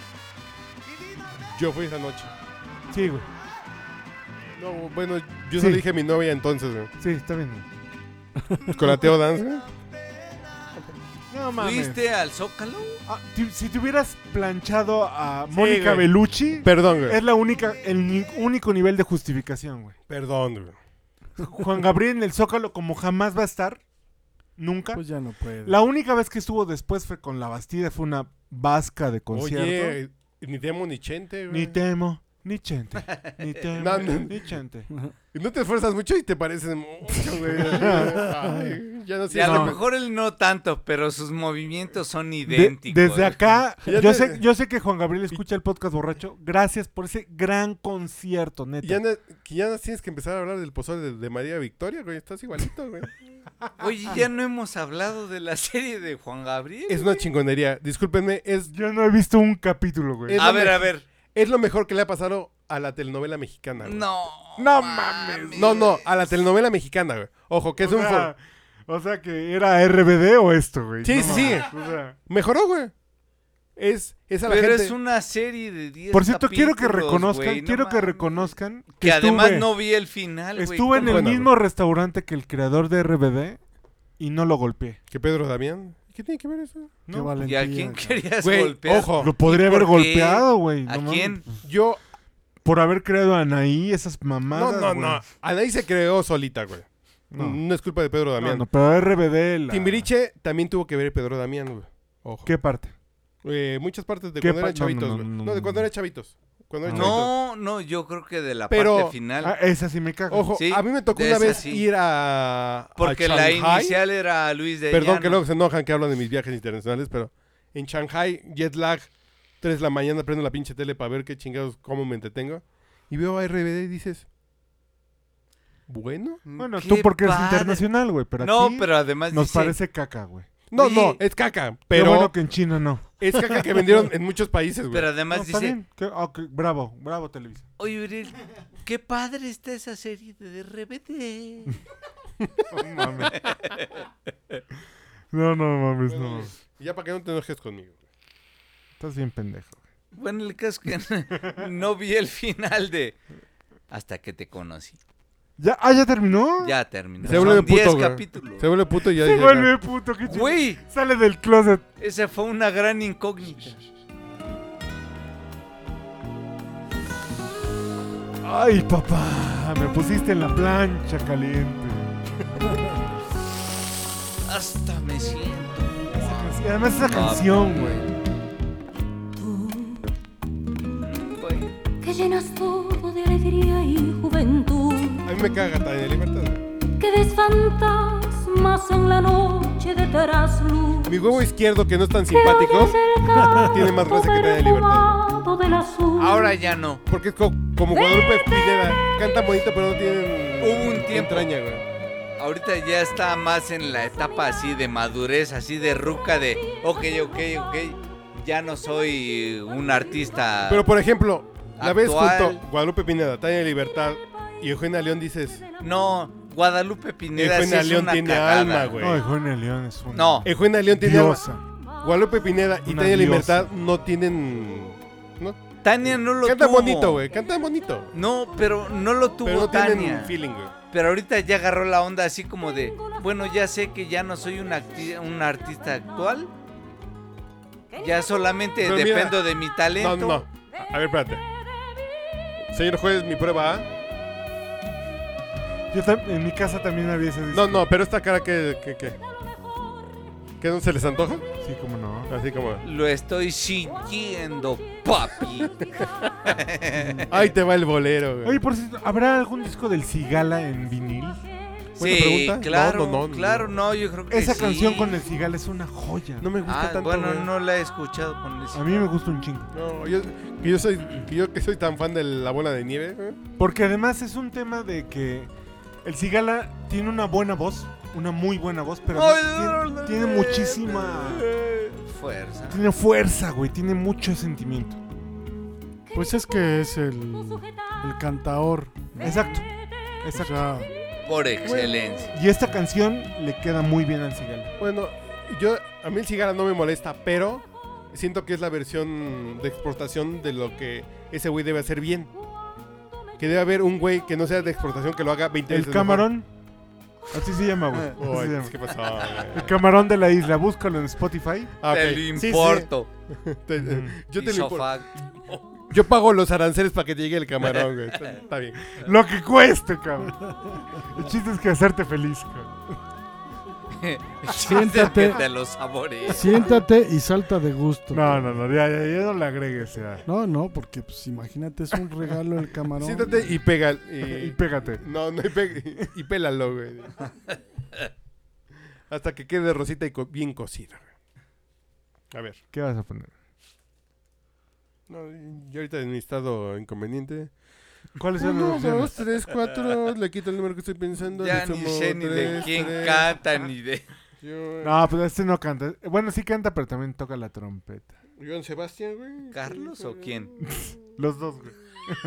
A: Yo fui esa noche.
B: Sí, güey,
A: No, bueno, yo
B: Sí.
A: se lo dije a mi novia entonces, güey.
B: sí, está bien, güey.
A: Con la Teo Dance, güey.
B: No mames.
C: ¿Fuiste al Zócalo?
B: Ah, ti- si te hubieras planchado a Mónica
A: güey.
B: Bellucci,
A: Perdón, güey.
B: es la única, el ni- único nivel de justificación, güey.
A: Perdón, güey.
B: Juan Gabriel en el Zócalo como jamás va a estar, nunca.
D: Pues ya no puede.
B: La única vez que estuvo después fue con La Bastida, fue una vasca de concierto.
A: Oye, ni temo ni chente, güey.
B: Ni temo, ni chente, ni temo,
A: No, no.
B: ni chente.
A: Y no te esfuerzas mucho y te pareces mucho, güey. Ay, ya no sé.
C: Y a
B: no.
C: lo mejor él no tanto, pero sus movimientos son
B: De-
C: idénticos.
B: desde acá,
A: Ya
B: yo
A: te-
B: sé, yo sé que Juan Gabriel escucha el podcast borracho. Gracias por ese gran concierto, neta.
A: Ya, no- que ya no tienes que empezar a hablar del pozole de, de María Victoria, güey. Estás igualito, güey.
C: Oye, ya no hemos hablado de la serie de Juan Gabriel.
A: Es una chingonería. Discúlpenme, es,
B: Yo no he visto un capítulo, güey.
A: Es
C: A
A: lo
C: ver,
A: me-
C: a ver.
A: es lo mejor que le ha pasado a la telenovela mexicana, güey.
C: No.
B: No mames.
A: No, no, a la telenovela mexicana, güey. Ojo, que es
B: o,
A: un...
B: sea,
A: fo-
B: o sea que era R B D o esto, güey.
A: Sí,
B: No
A: sí, sí.
B: mames, o sea,
A: Mejoró, güey. Es, es a la
C: Pero
A: gente...
C: es una serie de diez
B: por cierto, quiero que
C: capítulos,
B: reconozcan,
C: güey, no
B: quiero que
C: mames.
B: reconozcan que,
C: Que además
B: estuve,
C: no vi el final, güey.
B: estuve en el
A: Bueno,
B: mismo restaurante que el creador de R B D y no lo golpeé.
A: ¿Que Pedro Damián? ¿Qué tiene que ver eso?
D: Qué
B: ¿no?
C: ¿Y
D: valentía,
C: a quién
D: cabrón.
C: querías
A: Güey,
C: golpear?
A: ojo.
B: Lo podría
C: ¿Y
B: haber
C: por qué?
B: golpeado, güey.
C: ¿A
B: no
C: quién?
B: mames.
A: Yo...
B: por haber creado a Anaí, esas
A: No,
B: mamadas,
A: no,
B: güey.
A: no. Anaí se creó solita, güey. No.
B: No.
A: no es culpa de Pedro
B: No,
A: Damián.
B: no, pero R B D... La...
A: Timbiriche también tuvo que ver Pedro Damián, güey. Ojo.
B: ¿Qué parte?
A: Eh, muchas partes de
B: ¿Qué
A: cuando
B: pa-
A: eran chavitos,
B: no, no,
A: güey.
B: no,
A: No,
B: no,
A: de
B: no.
A: cuando eran chavitos. Cuando eran
B: No.
A: chavitos.
C: No, no, yo creo que de la
A: Pero-
C: parte final.
B: Ah, esa sí me caga.
A: Ojo,
C: Sí,
A: a mí me tocó
C: de
A: una
C: esa
A: vez
C: sí.
A: ir a. a
C: porque la
A: Shanghai.
C: inicial era Luis de
A: Perdón
C: Llano.
A: que luego se enojan que hablan de mis viajes internacionales, pero en Shanghai, jet lag, tres de la mañana, prendo la pinche tele para ver qué chingados, cómo me entretengo. Y veo a R B D y dices, bueno.
B: Bueno,
C: Qué
B: tú porque eres
C: padre.
B: internacional, güey, pero
C: No,
B: aquí
C: pero además
B: nos
C: dice,
B: parece caca, güey.
A: No,
C: Oye,
A: no, es caca,
B: Pero
A: pero
B: bueno que en China no.
A: es caca que vendieron en muchos países, güey.
C: pero
B: No,
C: además
B: está
C: dice,
B: bien. ¿Qué? Ah, ok, bravo, bravo Televisa.
C: oye, Uriel, qué padre está esa serie de R B D.
B: No mames. No, no mames, no.
A: Bueno, y ya para que no te enojes conmigo. güey.
B: Estás bien pendejo.
C: Bueno, el caso es que no vi el final de Hasta que te conocí.
B: ¿Ya? ¿Ah, ya terminó?
C: Ya terminó.
A: Se vuelve
C: Son diez
A: puto, güey.
C: capítulos.
A: Se vuelve puto y ya
B: Se
A: llega.
B: vuelve puto, qué chido.
C: Güey,
B: Sale del closet.
C: esa fue una gran incógnita.
B: Ay, papá, me pusiste en la plancha caliente.
C: Hasta me siento.
B: Y además esa canción, güey.
C: Güey.
F: Que llenas todo de alegría y juventud,
A: A mí me caga Tania Libertad. güey.
F: que ves fantasmas en la noche de trasluz,
A: Mi huevo izquierdo, que no es tan
F: que
A: simpático,
F: oyes el canto
A: tiene más gracia que Tania Libertad.
F: perfumado del azul.
C: Ahora ya no.
A: Porque es co- como Guadalupe Pineda. Canta bonito, pero no tienen
C: Hubo un tiempo.
A: entraña, güey.
C: Ahorita ya está más en la etapa así de madurez, así de ruca de, ok, ok, ok, ya no soy un artista.
A: Pero por ejemplo, la ves
C: Actual.
A: junto Guadalupe Pineda, Tania Libertad y Eugenia León, dices,
C: No, Guadalupe Pineda sí
A: Eugenia
C: es
A: León
C: una
A: tiene
C: cagada.
A: alma, güey.
B: No, Eugenia León es una
C: No.
A: Eugenia León tiene alma.
B: diosa.
A: Guadalupe Pineda y
B: Una
A: Tania
B: diosa.
A: Libertad no tienen... ¿no?
C: Tania no lo
A: Cantan
C: tuvo.
A: bonito, güey, cantan bonito.
C: No, pero no lo tuvo
A: Pero no
C: Tania.
A: tienen feeling, güey.
C: Pero ahorita ya agarró la onda así como de, bueno, ya sé que ya no soy un, acti- un artista actual. Ya solamente
A: Pero mira,
C: dependo de mi
A: No,
C: talento.
A: no, no. A ver, espérate. Señor juez, mi prueba A.
B: Yo tam- en mi casa también había ese disco.
A: No, no, pero esta cara que... que, que, ¿que no se les antoja?
B: Sí, cómo no.
A: Así como...
C: Lo estoy siguiendo, papi.
A: Ahí te va el bolero, güey.
B: Oye, por cierto, ¿habrá algún disco del Cigala en vinil?
A: Buena
C: Sí,
A: pregunta.
C: claro,
A: No, no, no,
C: claro,
A: no.
C: no, yo creo que
B: Esa
C: sí.
B: canción con el Cigala es una joya.
A: No me gusta
C: Ah,
A: tanto,
C: bueno,
A: güey.
C: no la he escuchado con ese.
B: A mí me gusta un chingo.
A: No, yo, que yo soy que yo que soy tan fan de la bola de nieve, güey.
B: Porque además es un tema de que el Cigala tiene una buena voz, una muy buena voz, pero además tiene, tiene muchísima...
C: Fuerza.
B: Tiene fuerza, güey, tiene mucho sentimiento.
D: Pues es que es el, el cantaor.
B: Exacto,
D: O
B: exacto.
D: sea,
C: Por excelencia.
B: Y esta canción le queda muy bien al Cigala.
A: Bueno, yo a mí el cigarro no me molesta, pero siento que es la versión de exportación de lo que ese güey debe hacer bien. Que debe haber un güey que no sea de exportación que lo haga veinte
B: El
A: veces
B: camarón, así se llama, güey.
A: mejor.
B: así
A: Ay,
B: se llama.
A: ¿qué pasó? güey?
B: El camarón de la isla, búscalo en Spotify.
A: Ah, ok.
C: Te lo
A: Sí, sí.
C: importo.
A: Te-
B: Ujú.
A: yo te lo importo.
C: Isofag.
A: Yo pago los aranceles para que te llegue el camarón, güey. Está, está bien.
B: Lo que cueste, cabrón. El chiste es que hacerte feliz, cabrón.
D: Siéntate.
C: Que te lo saborees.
D: siéntate y salta de gusto.
B: No, no, no, ya, ya, ya no le agregues, ya.
D: No, no, porque pues imagínate, es un regalo el camarón.
A: Siéntate y pega.
B: Y
A: Y,
B: pégate.
A: no, no, y, pega, y pélalo, güey. Hasta que quede rosita y co- bien cocida, güey. A ver.
B: ¿Qué vas a poner?
A: No, yo ahorita en mi estado inconveniente.
B: ¿Cuáles son las
A: Uno,
B: opciones?
A: dos, tres, cuatro. Le quito el número que estoy pensando.
C: Ya
A: le
C: ni
A: sumo
C: sé ni de
A: tres,
C: quién
A: tres.
C: canta, ni de...
A: Yo,
B: No, pues este no canta. Bueno, sí canta, pero también toca la trompeta.
A: Joan Sebastián, güey.
C: ¿Carlos o quién?
B: Los dos, güey.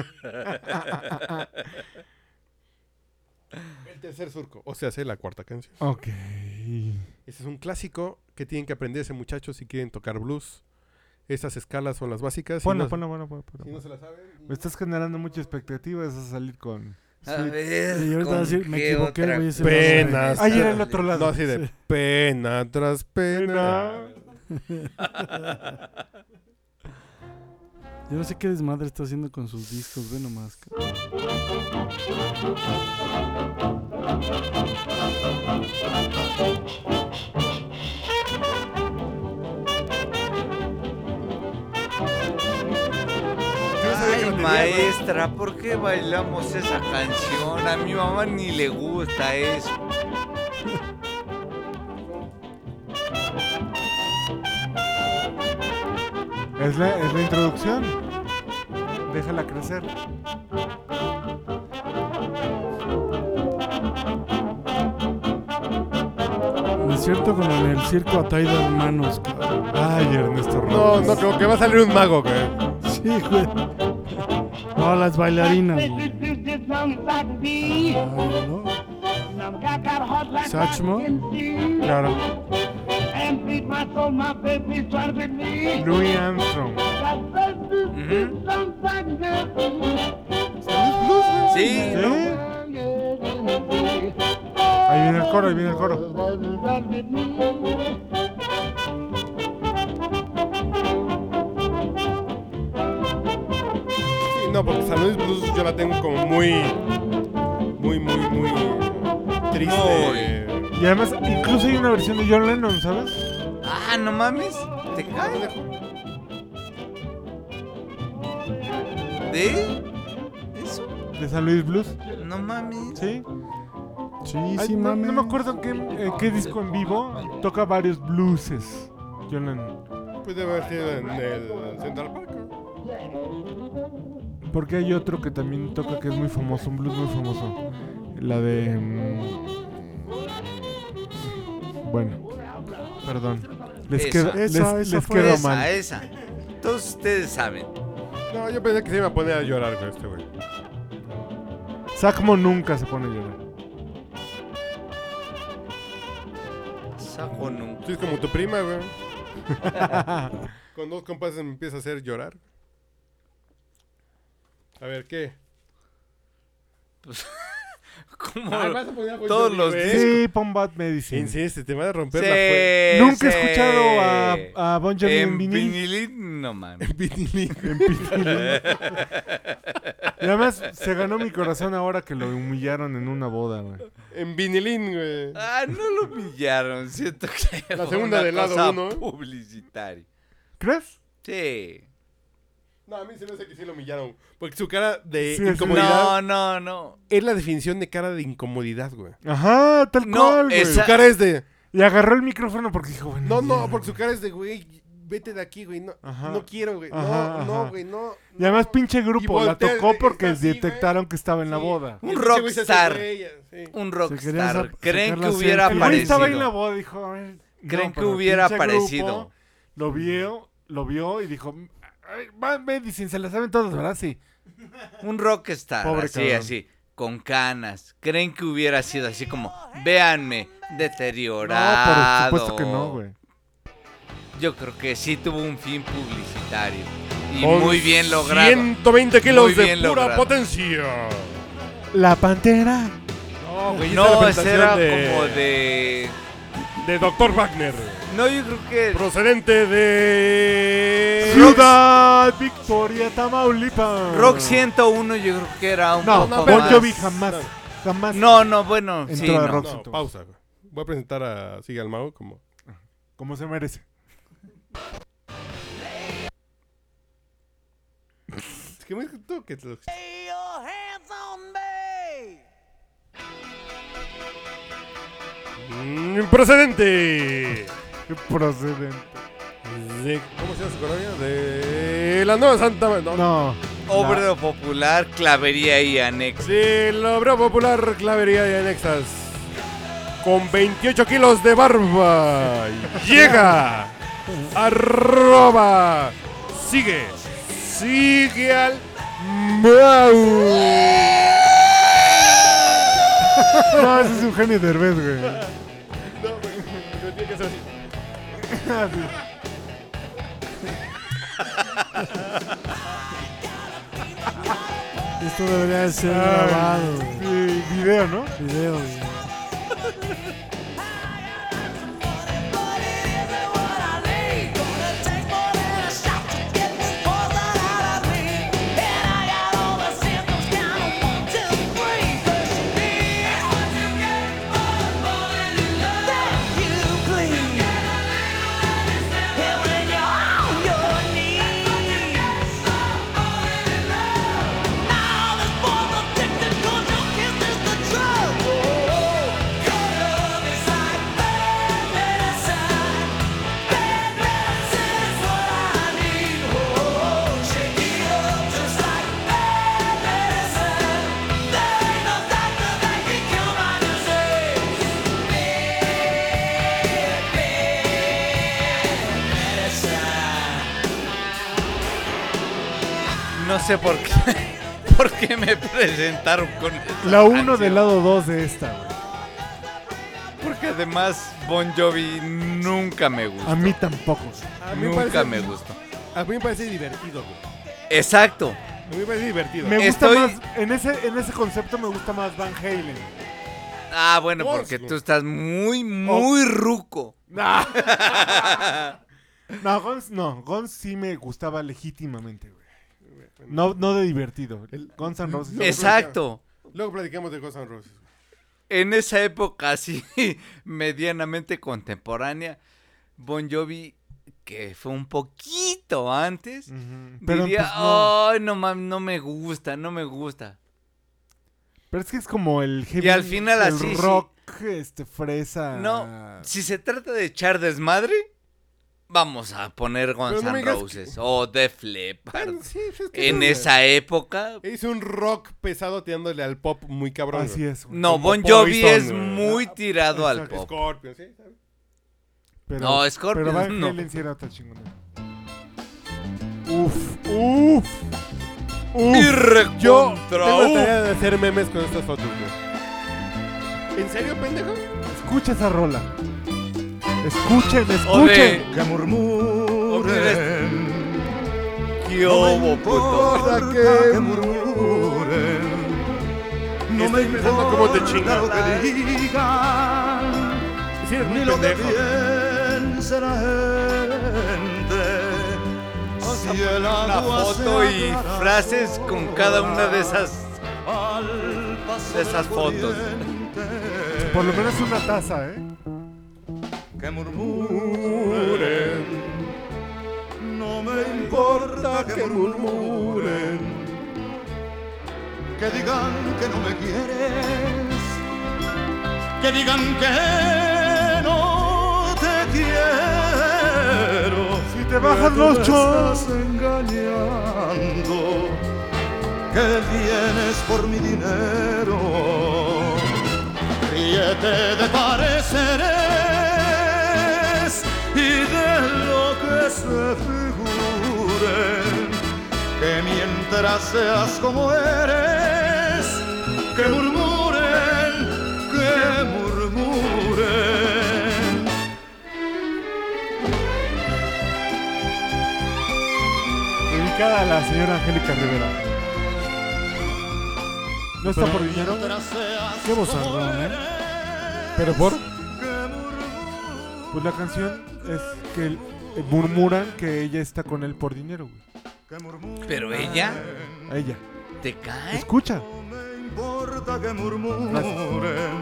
A: El tercer surco. O sea, hace la cuarta canción.
B: Ok.
A: Ese es un clásico que tienen que aprenderse, muchachos, si quieren tocar blues. Estas escalas son las básicas. Si
B: Ponla,
A: no-
B: ponla, ponla, ponla, ponla.
A: Si no se la saben.
B: Me estás generando mucha expectativa, vas a salir con...
C: A
D: Sí.
C: ver,
D: Y ahorita
C: ¿con
D: va a decir, me
C: qué
D: equivoqué,
C: otra
D: güey, ese
C: cosa?
A: Penas.
B: Ahí era el otro lado.
A: No, así de pena tras pena.
B: Pena.
D: Yo no sé qué desmadre está haciendo con sus discos, ve nomás. cabrón.
A: Yo no sabía que
C: Ay,
A: lo tenía, güey.
C: maestra, ¿por qué bailamos esa canción? A mi mamá ni le gusta eso.
B: Es la, es la introducción. Déjala crecer.
D: Me siento como en el circo Ataida Hermanos, cabrón.
B: Ay, Ernesto
A: No,
B: Robles.
A: no, como que va a salir un mago, güey.
D: Sí, güey. No, las bailarinas, güey. Ay, ¿no? Satchmo.
B: Claro. Louis Armstrong.
C: Ujú. Sí,
B: ¿Sí? Ahí viene el coro, ahí viene el coro.
A: Sí, no, porque San Luis Blues yo la tengo como muy, muy, muy, muy triste.
B: Y además, incluso hay una versión de John Lennon, ¿sabes?
C: Ah, no mames. ¿Te cae? ¿De? ¿Eso?
B: De San Luis Blues.
C: No mames.
B: ¿Sí?
D: Sí,
B: Ay,
D: sí,
B: no,
D: mames.
B: no me acuerdo en qué, en qué disco en vivo toca varios blueses. John Lennon.
A: Pues debe haber sido en el Central Park. ¿no?
B: Porque hay otro que también toca que es muy famoso, un blues muy famoso. La de... mm, Bueno, perdón. Les,
C: Esa.
B: queda- les,
D: Esa, esa
B: les
D: fue
B: quedó
C: Esa,
B: mal.
C: esa. Todos ustedes saben.
A: No, yo pensé que se iba a poner a llorar con este güey.
B: Sacmo nunca se pone a llorar.
C: Saco nunca.
A: Sí, es como tu prima, güey. Con dos compas me empieza a hacer llorar. A ver, ¿qué?
C: ¿Cómo?
A: Ay, vas a poner a Bon
C: Todos
A: Jovi,
C: los
A: güey.
B: Sí, Pon Bad
A: Sí,
B: Medicine.
A: sí, este te va a romper
C: Sí,
A: la fuerza.
B: Nunca he
C: sí.
B: escuchado a, a Bon Jovi en,
C: En
B: vinil.
C: vinilín, no mames.
B: En vinil. Y además se ganó mi corazón ahora que lo humillaron en una boda, güey.
A: En vinilín, güey.
C: Ah, no lo humillaron. Siento que
A: La
C: fue
A: segunda
C: una
A: del lado
C: cosa
A: uno.
C: publicitaria.
B: ¿Crees?
C: Sí.
A: No, a mí se me hace que sí lo humillaron. Porque su cara de
B: Sí, sí.
A: incomodidad
C: No, no, no.
A: es la definición de cara de incomodidad, güey.
B: Ajá, tal
C: No,
B: cual, güey.
C: esa-
A: Su cara es de...
B: Y agarró el micrófono porque dijo, bueno.
A: No, no,
B: ya.
A: porque su cara es de, güey, vete de aquí, güey. No,
B: Ajá.
A: no quiero, güey.
B: Ajá,
A: No, no,
B: ajá.
A: güey, no.
B: Y además
A: no.
B: pinche
A: Y
B: grupo la
A: voltea,
B: tocó
A: está
B: porque
A: así, güey.
B: detectaron que estaba en la
A: Sí.
B: boda.
C: Un
A: Y el pinche güey se hace
C: rockstar.
A: güey, sí.
C: Un
D: Se quería
C: rockstar.
D: sa-
C: ¿Creen
D: sacar
C: que
D: la
C: hubiera
D: selfie.
B: El güey estaba ahí en la
C: aparecido?
B: boda y dijo, a ver.
C: ¿Creen
B: no,
C: que
B: pero
C: hubiera
B: pinche
C: aparecido?
B: grupo Lo vio, lo vio y dijo, "Ay, Bad Medicine, se la saben todos, ¿verdad? Sí.
C: Un rockstar,
B: Pobre
C: así,
B: cabrón.
C: así, con canas. ¿Creen que hubiera sido así como, véanme,
B: No,
C: deteriorado?
B: por supuesto que no, güey.
C: Yo creo que sí tuvo un fin publicitario. Y
A: Con
C: muy bien logrado.
A: ciento veinte kilos
C: Muy
A: de
C: bien
A: pura
C: logrado.
A: potencia.
B: La Pantera.
A: No, güey, esa
C: No,
A: es la
C: ese era
A: presentación
C: como de...
A: De doctor Wagner.
C: No, yo creo que...
A: Procedente de...
B: Ciudad Victoria, Tamaulipas.
C: Rock ciento uno yo creo que era un
B: No,
C: poco
B: Bon
C: más...
B: Jovi jamás. Jamás.
C: No, no, bueno,
B: Entró
C: sí,
B: a
C: no.
B: rock.
A: No, pausa, güey. Voy a presentar a Sigue al Mago como...
B: Como se merece.
A: Es que me tú que te lo... Mm, Procedente.
B: Qué procedente.
A: De- ¿Cómo se llama su colonia? De la Nueva Santa... No,
B: No.
C: Obrero popular, clavería y anexo.
A: de la obra popular Clavería de Anexas. Con veintiocho kilos de barba. Llega. Arroba. Sigue. Sigue al Mau.
B: No, ese es Eugenio Derbez, güey.
A: No, güey, pero tiene que ser así.
D: Esto debería de ser
B: Ay,
D: grabado, güey.
B: sí, video, ¿no?
D: Video, güey.
C: sé por qué. ¿Por qué me presentaron con esa
B: La uno
C: canción?
B: del lado dos de esta, güey.
C: Porque además Bon Jovi nunca me gustó.
B: A mí tampoco.
A: A mí me
C: Nunca
A: parece,
C: me gustó.
A: A mí me parece divertido, güey.
C: Exacto.
A: A mí me parece divertido.
B: Me gusta
C: Estoy-
B: más, en ese, en ese concepto me gusta más Van Halen.
C: Ah, bueno,
A: Por
C: porque
A: su-
C: tú estás muy, muy ruco.
B: No, Guns, no, Guns sí me gustaba legítimamente, güey. No, no de divertido.
A: El-
B: Guns N' Roses.
A: No,
C: Exacto.
A: Luego platicamos de Guns N' Roses.
C: En esa época así, medianamente contemporánea, Bon Jovi, que fue un poquito antes,
B: Ujú. Pero,
C: diría,
B: pues, no.
C: ay, no mames, no me gusta, no me gusta.
B: Pero es que es como el heavy,
C: Y al final
B: el
C: así, sí.
B: rock, este, fresa.
C: No, si se trata de echar desmadre, vamos a poner Guns
A: Pero no me
C: N'
A: digas
C: Roses o Def Leppard.
A: Bueno, sí, pues es que
C: En
A: es-
C: esa época,
A: Hizo un rock pesado tirándole al pop muy cabrón.
B: Así es, güey.
C: no,
A: como
C: Bon Jovi
A: Poison,
C: es
A: güey.
C: muy tirado al
B: Exacto.
C: pop.
A: Scorpion, ¿sí? ¿sabes?
B: Pero,
C: No, Scorpions
B: Pero Van
C: no.
B: Halen sí era otra chingona. Uf, uf. Uf.
C: Y
A: Yo
C: recontra,
A: tengo la
C: uh,
A: tarea de hacer memes con estas fotos, güey. ¿En serio, pendejo?
B: Escucha esa rola. Escuchen,
C: O de-
B: escuchen.
E: Que murmuren,
C: ¿Qué hubo, puto?
E: importa que murmuren, no me
A: Estoy pensando cómo te
E: importa
A: chingas.
E: lo que digan,
A: Sí, eres
E: ni
A: muy
E: lo que
A: pendejo.
E: piense la gente. Si el
C: Una
E: agua
C: foto
E: se
C: y
E: aclara
C: frases con cada una de esas.
E: al paso
C: de esas
E: del
C: fotos.
E: corriente,
B: Por lo menos una taza, ¿eh?
E: que murmuren, no me importa que murmuren, que digan que no me quieres, que digan que no te quiero.
B: Si te bajan
E: que
B: los
E: tú
B: chos.
E: estás engañando, que vienes por mi dinero. Ríete de pareceres y de lo que se figuren, que mientras seas como eres, que murmuren, que murmuren.
B: Dedicada a la señora Angélica Rivera. ¿No está por dinero?
E: Mientras seas
D: Qué vozarrón, ¿eh?
A: ¿Pero por?
B: Pues la canción es que eh, murmuran que ella está con él por dinero, güey.
C: Pero ella,
B: A ella.
C: ¿te cae?
B: Escucha.
E: No me importa que murmuren,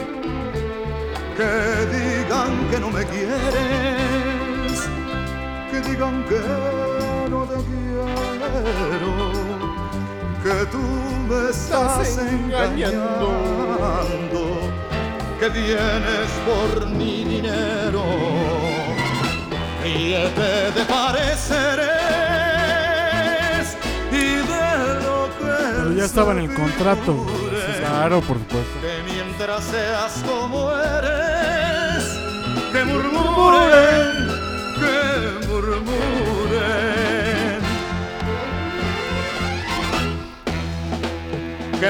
E: que digan que no me quieres, que digan que no te quiero, que tú me estás engañando, que vienes por mi dinero. Ríete de pareceres y de lo que
D: Pero ya estaba en el contrato, güey.
B: Claro, por supuesto.
E: que mientras seas como eres, que murmuren, que murmuren, que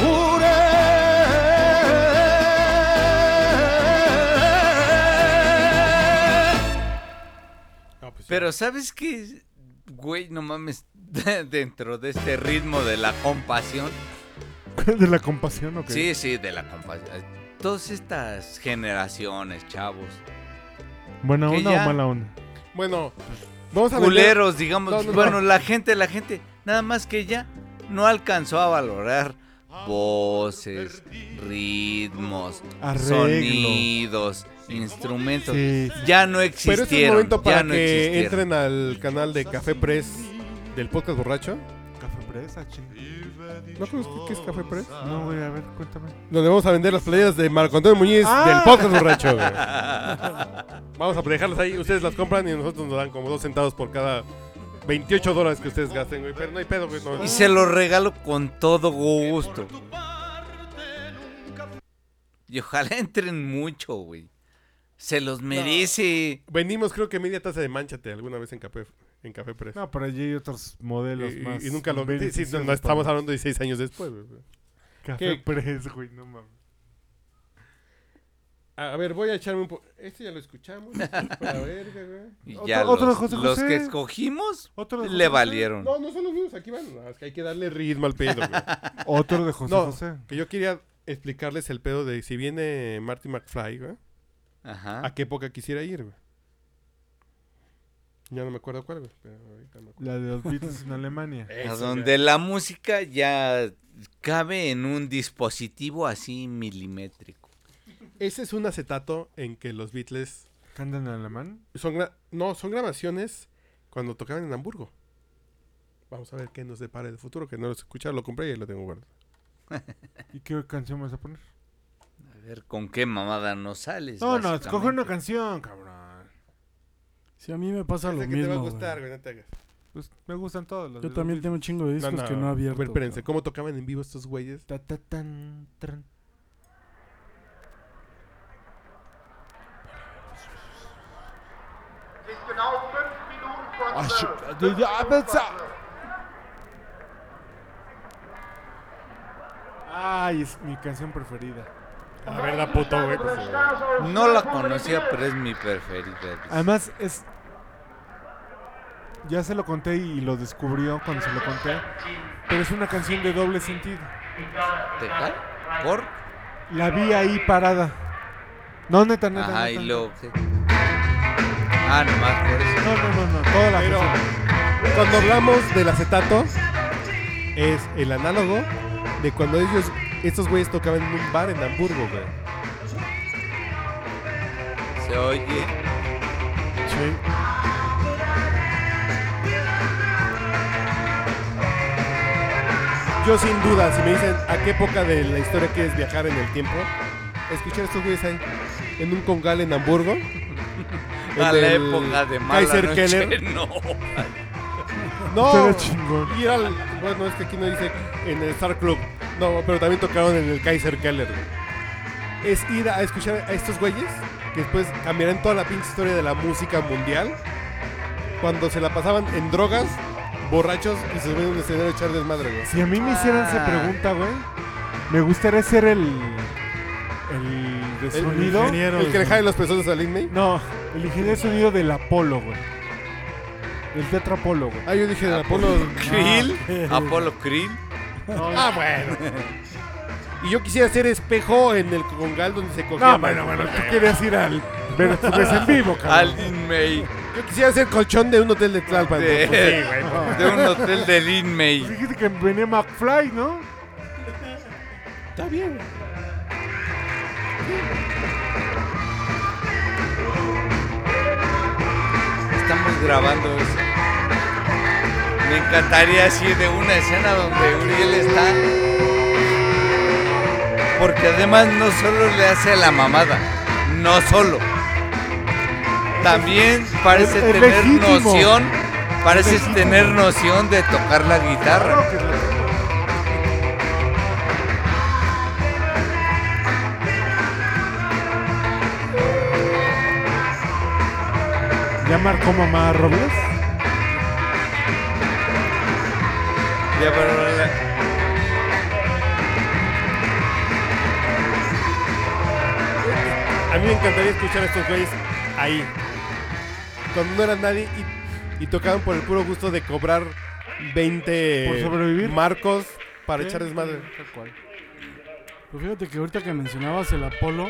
E: murmuren.
A: Ah, pues sí.
C: Pero ¿sabes qué? Güey, no mames, dentro de este ritmo de la compasión.
B: ¿De la compasión o qué?
C: Sí, sí, de la compasión. Todas estas generaciones, chavos.
B: ¿Buena
C: Que
B: onda
C: ya-
B: o mala onda?
A: Bueno, vamos a vender-
C: Culeros, digamos.
A: No, no,
C: bueno,
A: no.
C: la gente, la gente, nada más que ella no alcanzó a valorar voces, ritmos,
B: Arreglo.
C: sonidos, instrumentos.
B: Sí.
C: Ya no
A: Pero es
C: existieron.
A: el momento para
C: ya no
A: que
C: existieron.
A: entren al canal de Café Press del podcast borracho.
B: ¿Café presa, ching?
A: ¿No conoces qué es Café Press?
B: No, güey, a ver, cuéntame.
A: Donde vamos a vender las playeras de Marco Antonio Muñiz
B: Ah.
A: del podcast borracho, güey. Vamos a dejarlas ahí, ustedes las compran y nosotros nos dan como dos centavos por cada veintiocho dólares que ustedes gasten, güey. Pero no hay pedo, güey. No.
C: Y se lo regalo con todo gusto. Y ojalá entren mucho, güey. Se los merece.
A: Vendimos creo que media taza de Manchate alguna vez en Café, en Café Press.
B: No, pero allí hay otros modelos
A: y,
B: más.
A: y nunca lo... Sí, sí,
B: beneficiosos
A: no, no estamos
B: para-
A: hablando de seis años después, güey.
B: Café
A: ¿Qué?
B: Press, güey, no mames.
A: A ver, voy a echarme un poco... Este ya lo escuchamos. A ver, güey.
C: Y
B: Otro-
C: ya
B: otro de
C: los,
B: José
C: los
B: José.
C: que escogimos
B: Otro de José
C: le
B: José.
C: valieron.
A: No, no son los mismos, aquí van. No, es que hay que darle ritmo al pedo, güey.
B: Otro de José
A: No.
B: José.
A: Que yo quería explicarles el pedo de si viene Marty McFly, güey.
C: Ajá.
A: ¿A qué época quisiera ir, güey? Ya no me acuerdo cuál, güey. Pero ahorita me acuerdo.
B: La de los Beatles en Alemania.
C: A
A: Eso,
C: donde la música ya cabe en un dispositivo así milimétrico.
A: Ese es un acetato en que los Beatles
B: ¿Cantan en alemán?
A: son gra- no, son grabaciones cuando tocaban en Hamburgo. Vamos a ver qué nos depara el futuro, que no los escuchaba, lo compré y ahí lo tengo guardado.
B: ¿Y qué canción vas a poner?
C: A ver, ¿con qué mamada no sales?
B: No, no,
C: básicamente?
B: escoge una canción, cabrón.
D: Sí, a mí me pasa lo
A: Ese que
D: mismo.
A: te va a
D: güey.
A: gustar, güey, no te hagas.
B: Pues me gustan todos los
D: Yo
B: de
D: también
B: los
D: tengo un chingo de discos que no he abierto.
A: A ver, espérense,
D: cabrón.
A: ¿cómo tocaban en vivo estos güeyes?
B: Ta, ta, tan, tran. Ah, shit. Ja, ja, Benza. Ay, es mi canción preferida.
A: A ver, da puto, güey. pues, eh.
C: No la conocía, pero es mi preferida. dice.
B: Además, es. Ya se lo conté y lo descubrió cuando se lo conté. Pero es una canción de doble sentido.
C: ¿De cuál? ¿Por?
B: La vi ahí parada. No, neta, neta.
C: Ajá,
B: neta.
C: y luego ¿qué? Ah, nomás por eso.
B: No, no, no, no. Toda la
A: Pero
B: canción.
A: cuando hablamos del acetato, es el análogo de cuando ellos, estos güeyes tocaban en un bar en Hamburgo, güey.
C: Se oye.
B: Sí.
A: Yo sin duda, si me dicen a qué época de la historia quieres viajar en el tiempo, escuchar a estos güeyes ahí, en un congal en Hamburgo.
C: A
A: en
C: la
A: el
C: época de mala
A: Kaiser
C: noche,
A: Keller.
C: no.
A: No,
B: Estaría chingón.
A: ir al, bueno, es que aquí no dice en el Star Club, no, pero también tocaron en el Kaiser Keller, güey. Es ir a escuchar a estos güeyes que después cambiarán toda la pinche historia de la música mundial cuando se la pasaban en drogas, borrachos y se subían a un escenario a echar desmadre, güey.
B: Si a mí me hicieran esa
C: Ah.
B: pregunta, güey, me gustaría ser el. El de
A: El
B: sonido.
D: ingeniero.
A: El que le jale los pezones al Inmate.
B: No, el ingeniero de sonido del Apolo, güey. El Teatro Apolo, güey.
A: Ah, yo dije de Apolo.
C: Krill, Apolo Krill.
A: Ah, bueno. Y yo quisiera ser espejo en el congal donde se cogía.
B: No, bueno, bueno, tú querías ir al. Ver esto en vivo, cabrón.
C: Alvin May.
A: Yo quisiera ser colchón de un hotel de Tlalpan.
C: De,
A: Pues sí, güey.
C: de un hotel de Lin
B: Pues
C: May.
B: dijiste que venía McFly, ¿no?
A: Está bien.
C: Estamos grabando eso. Me encantaría así de una escena donde Uriel está. Porque además no solo le hace la mamada, no solo. También parece
B: Es- es
C: tener
B: legítimo.
C: noción, parece
B: legítimo.
C: tener noción de tocar la guitarra.
B: Claro que la- ¿Ya marcó mamá Robles?
C: Ya, pero la-
A: A mí me encantaría escuchar a estos güeyes ahí. Cuando no eran nadie y, y tocaban por el puro gusto de cobrar veinte
B: Por sobrevivir.
A: marcos para
B: Sí,
A: echar desmadre.
B: tal cual.
D: Pues fíjate que ahorita que mencionabas el Apolo,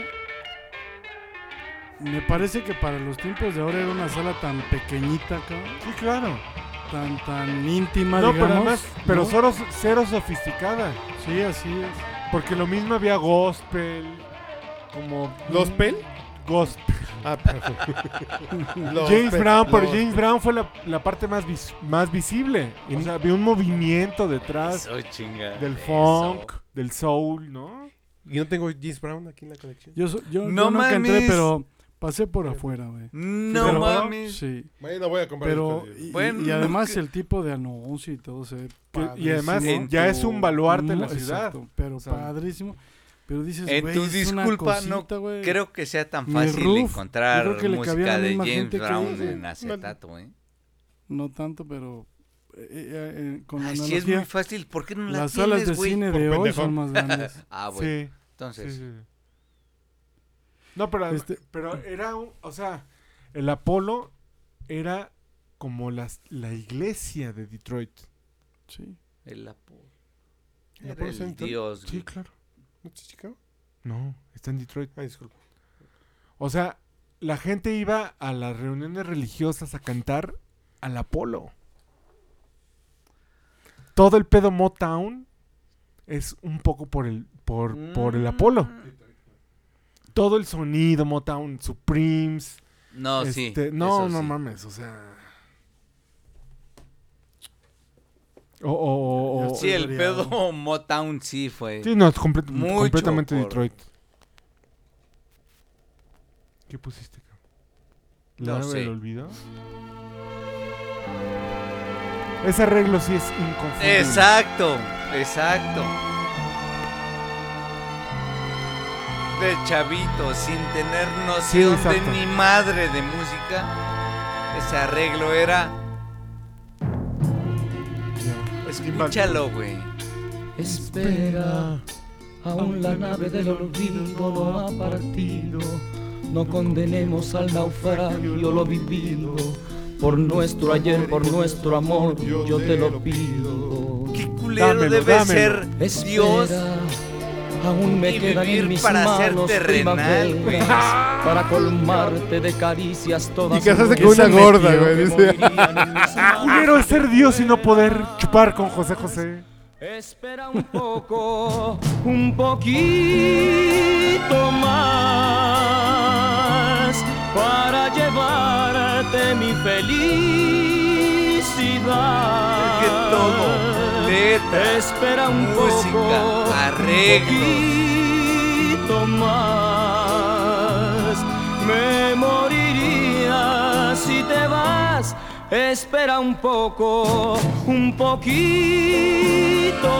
D: me parece que para los tiempos de ahora era una sala tan pequeñita, cabrón,
B: Sí, claro.
D: tan tan íntima,
B: No,
D: digamos.
B: pero además, pero
D: ¿no?
B: cero, cero sofisticada.
D: Sí, así es.
B: Porque lo mismo había gospel, como...
A: ¿Gospel?
B: Gospel.
A: Ah, perdón. Los
B: James
A: pe-
B: Brown, pero
A: los-
B: James Brown fue la, la parte más, vis- más visible. O sea, había un movimiento detrás
C: Soy chinga.
B: del
C: Eso.
B: funk, del soul, ¿no?
A: Y no tengo James Brown aquí en la colección.
D: Yo, so- yo,
C: No
D: yo nunca entré,
C: mames.
D: pero pasé por afuera, güey.
C: No
D: Pero-
C: mames.
D: Sí.
A: Bueno, voy a comprar
D: Pero,
A: estos
D: y,
A: discos.
C: Bueno,
D: y además
C: que-
D: el tipo de anuncio y todo se ve
B: Que- y además
C: En
B: ya
C: tu-
B: es un baluarte en la
D: Mu-
B: ciudad.
D: exacto, pero
B: O sea,
D: padrísimo. Pero dices,
C: En
D: güey,
C: tu
D: es una
C: disculpa, no
D: cosita, güey.
C: creo que sea tan
D: Mi
C: fácil
D: roof, yo
C: encontrar
D: creo que le cabía
C: música
D: la
C: de
D: misma
C: James
D: gente que
C: Brown
D: ese.
C: en acetato, ¿eh?
D: no tanto, pero eh, eh, eh, con la
C: Ay, sí, es
D: analogía,
C: muy fácil. ¿Por qué no la
D: las
C: tienes,
D: salas de
C: güey?
D: cine
A: Por
D: de hoy
A: pendejo.
D: son más grandes.
C: Ah, bueno.
B: Sí.
C: Entonces,
B: Sí, sí, sí. No, pero,
D: Este-
B: pero era un, o sea, el Apolo era como las, la iglesia de Detroit.
D: Sí.
C: el Apolo.
A: ¿El
C: Era
A: Apolo está en
C: el
A: Detroit?
C: dios.
B: Sí,
C: güey.
B: claro.
A: ¿No está Chicago?
B: No, está en Detroit.
A: Ay, disculpa.
B: O sea, la gente iba a las reuniones religiosas a cantar al Apolo. Todo el pedo Motown es un poco por el por, por el Apolo. Todo el sonido Motown, Supremes.
C: No, sí.
B: este, no,
C: eso
B: no
C: sí.
B: mames, o sea. O, o, o- o-
C: Sí, el
D: variado.
C: pedo Motown sí fue.
B: Sí, no, es complet-
C: Mucho
B: completamente
C: por-
B: Detroit. ¿Qué pusiste, cabrón? ¿La
C: No
B: nave
C: sé.
B: del olvido? Ese arreglo sí es inconfundible.
C: Exacto, exacto. De chavito, sin tener noción de
B: exacto.
C: ni madre de música, ese arreglo era.
B: Ya.
C: Escúchalo, güey.
G: Espera, aún la nave del olvido no ha partido. No condenemos al naufragio lo vivido. Por nuestro ayer, por nuestro amor, yo te lo pido.
C: Qué culero
B: Dámelo,
C: debe
B: dámelo.
C: ser
G: Espera,
C: Dios
G: aún me
C: y
G: quedan
C: vivir
G: en mis
C: para ser
G: manos
C: terrenal, güey.
G: primaveras para colmarte de caricias todas.
A: Y casarse
G: las
A: con una
G: que
A: gorda,
G: me
A: güey, dice.
G: morirían en mis manos.
B: Culero es ser Dios y no poder chupar con José José.
G: Espera un poco, un poquito más para llevarte mi felicidad.
C: Es que todo, letra,
G: Espera un
C: música,
G: poco,
C: arreglos.
G: un poquito más. Me moriría si te vas. Espera un poco, un poquito